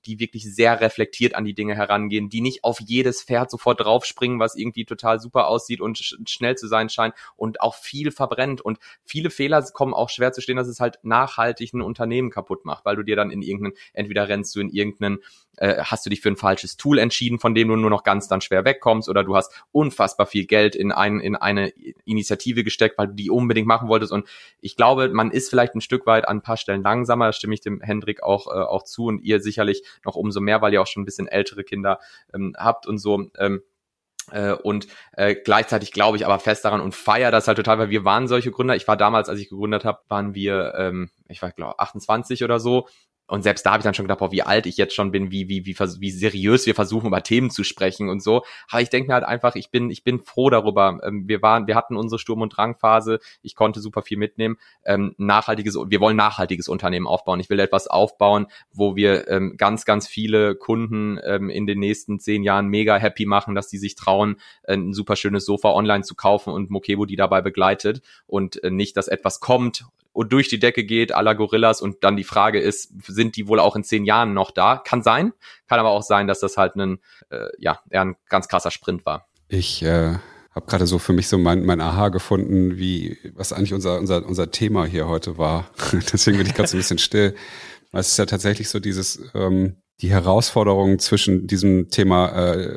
die wirklich sehr reflektiert an die Dinge herangehen, die nicht auf jedes Pferd sofort draufspringen, was irgendwie total super aussieht und sch- schnell zu sein scheint und auch viel verbrennt. Und viele Fehler kommen auch schwer zu stehen, dass es halt nachhaltig ein Unternehmen kaputt macht, weil du dir dann in irgendeinen, entweder rennst du in irgendeinen, äh, hast du dich für ein falsches Tool entschieden, von dem du nur noch ganz dann schwer wegkommst, oder du hast unfassbar viel Geld in ein, in eine Initiative gesteckt, weil du die unbedingt machen wolltest. Und ich glaube, man ist vielleicht ein Stück weit an ein paar Stellen langsamer, da stimme ich dem Hendrik auch, äh, auch zu, und ihr sicherlich noch umso mehr, weil ihr auch schon ein bisschen ältere Kinder ähm, habt und so. Ähm, äh, und äh, gleichzeitig glaube ich aber fest daran und feiere das halt total, weil wir waren solche Gründer. Ich war damals, als ich gegründet habe, waren wir, ähm, ich war glaube achtundzwanzig oder so. Und selbst da habe ich dann schon gedacht, boah, wie alt ich jetzt schon bin, wie wie wie wie seriös wir versuchen, über Themen zu sprechen und so. Aber ich denke mir halt einfach, ich bin ich bin froh darüber. Ähm, wir waren, wir hatten unsere Sturm- und Drangphase. Ich konnte super viel mitnehmen. Ähm, nachhaltiges, wir wollen nachhaltiges Unternehmen aufbauen. Ich will etwas aufbauen, wo wir ähm, ganz ganz viele Kunden ähm, in den nächsten zehn Jahren mega happy machen, dass die sich trauen, ein super schönes Sofa online zu kaufen und Mokebo die dabei begleitet, und äh, nicht, dass etwas kommt und durch die Decke geht, à la Gorillas, und dann die Frage ist, sind die wohl auch in zehn Jahren noch da? Kann sein, kann aber auch sein, dass das halt ein, äh, ja, eher ein ganz krasser Sprint war. Ich äh, habe gerade so für mich so mein, mein Aha gefunden, wie was eigentlich unser unser unser Thema hier heute war. Deswegen bin ich gerade so ein bisschen still. Es ist ja tatsächlich so dieses ähm, die Herausforderung zwischen diesem Thema äh,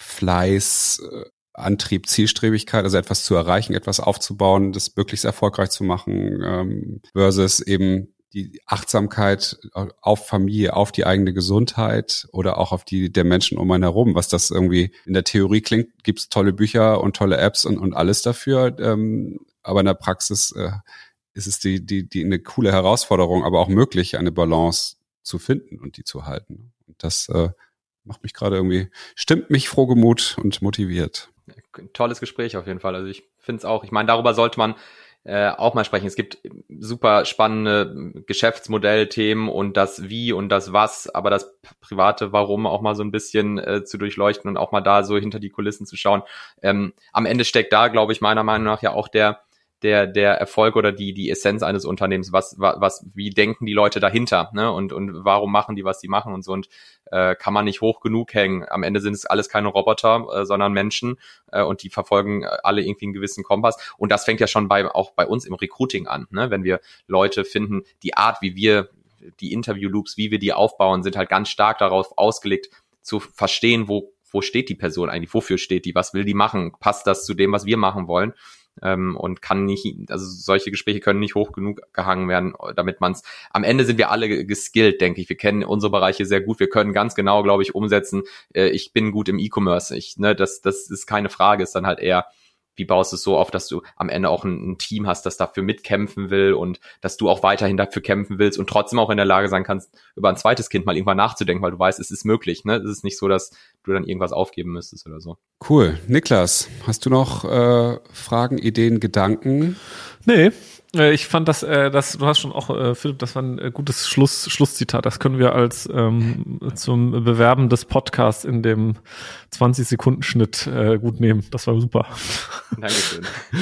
Fleiß, äh, Antrieb, Zielstrebigkeit, also etwas zu erreichen, etwas aufzubauen, das möglichst erfolgreich zu machen, ähm, versus eben die Achtsamkeit auf Familie, auf die eigene Gesundheit oder auch auf die der Menschen um einen herum. Was das irgendwie in der Theorie klingt, gibt's tolle Bücher und tolle Apps und, und alles dafür, ähm, aber in der Praxis äh, ist es die die die eine coole Herausforderung, aber auch möglich, eine Balance zu finden und die zu halten. Und das äh, macht mich gerade irgendwie, stimmt mich frohgemut und motiviert. Tolles Gespräch auf jeden Fall. Also ich finde es auch, ich meine, darüber sollte man äh, auch mal sprechen. Es gibt super spannende Geschäftsmodellthemen und das Wie und das Was, aber das private Warum auch mal so ein bisschen äh, zu durchleuchten und auch mal da so hinter die Kulissen zu schauen. Ähm, am Ende steckt da, glaube ich, meiner Meinung nach ja auch der der der Erfolg oder die die Essenz eines Unternehmens, was was wie denken die Leute dahinter, ne, und und warum machen die, was sie machen und so, und äh, kann man nicht hoch genug hängen. Am Ende sind es alles keine Roboter, äh, sondern Menschen, äh, und die verfolgen alle irgendwie einen gewissen Kompass, und das fängt ja schon bei auch bei uns im Recruiting an, ne, wenn wir Leute finden, die Art, wie wir die Interview-Loops, wie wir die aufbauen, sind halt ganz stark darauf ausgelegt, zu verstehen, wo wo steht die Person eigentlich, wofür steht die, was will die machen, passt das zu dem, was wir machen wollen. Ähm, und kann nicht, also solche Gespräche können nicht hoch genug gehangen werden, damit man es, am Ende sind wir alle geskillt, denke ich, wir kennen unsere Bereiche sehr gut, wir können ganz genau, glaube ich, umsetzen, äh, ich bin gut im E-Commerce, ich, ne, das, das ist keine Frage, ist dann halt eher, wie baust du es so auf, dass du am Ende auch ein, ein Team hast, das dafür mitkämpfen will und dass du auch weiterhin dafür kämpfen willst und trotzdem auch in der Lage sein kannst, über ein zweites Kind mal irgendwann nachzudenken, weil du weißt, es ist möglich, ne? Es ist nicht so, dass du dann irgendwas aufgeben müsstest oder so. Cool. Niklas, hast du noch äh, Fragen, Ideen, Gedanken? Nee, äh, ich fand das, äh, das, du hast schon auch, äh, Philipp, das war ein äh, gutes Schluss, Schlusszitat. Das können wir als ähm, zum Bewerben des Podcasts in dem zwanzig-Sekunden-Schnitt äh, gut nehmen. Das war super. Dankeschön.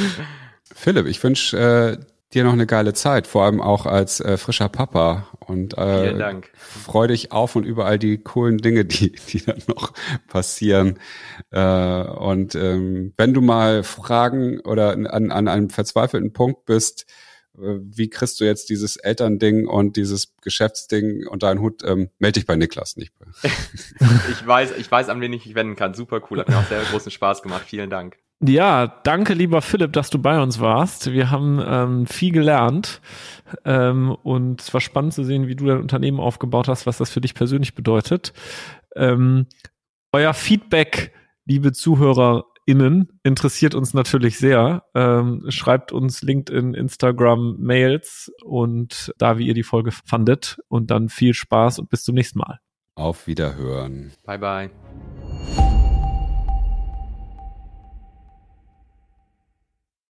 Philipp, ich wünsche äh, dir noch eine geile Zeit, vor allem auch als äh, frischer Papa. Und äh, vielen Dank. Freu dich auf und über all die coolen Dinge, die die dann noch passieren. Äh, und ähm, wenn du mal Fragen oder an, an einem verzweifelten Punkt bist, äh, wie kriegst du jetzt dieses Elternding und dieses Geschäftsding unter einen Hut, ähm, melde dich bei Niklas, nicht bei. ich weiß, ich weiß, an wen ich mich wenden kann. Super cool, hat mir auch sehr großen Spaß gemacht. Vielen Dank. Ja, danke lieber Philipp, dass du bei uns warst. Wir haben ähm, viel gelernt ähm, und es war spannend zu sehen, wie du dein Unternehmen aufgebaut hast, was das für dich persönlich bedeutet. Ähm, euer Feedback, liebe ZuhörerInnen, interessiert uns natürlich sehr. Ähm, schreibt uns LinkedIn, Instagram, Mails und da, wie ihr die Folge fandet. Und dann viel Spaß und bis zum nächsten Mal. Auf Wiederhören. Bye, bye.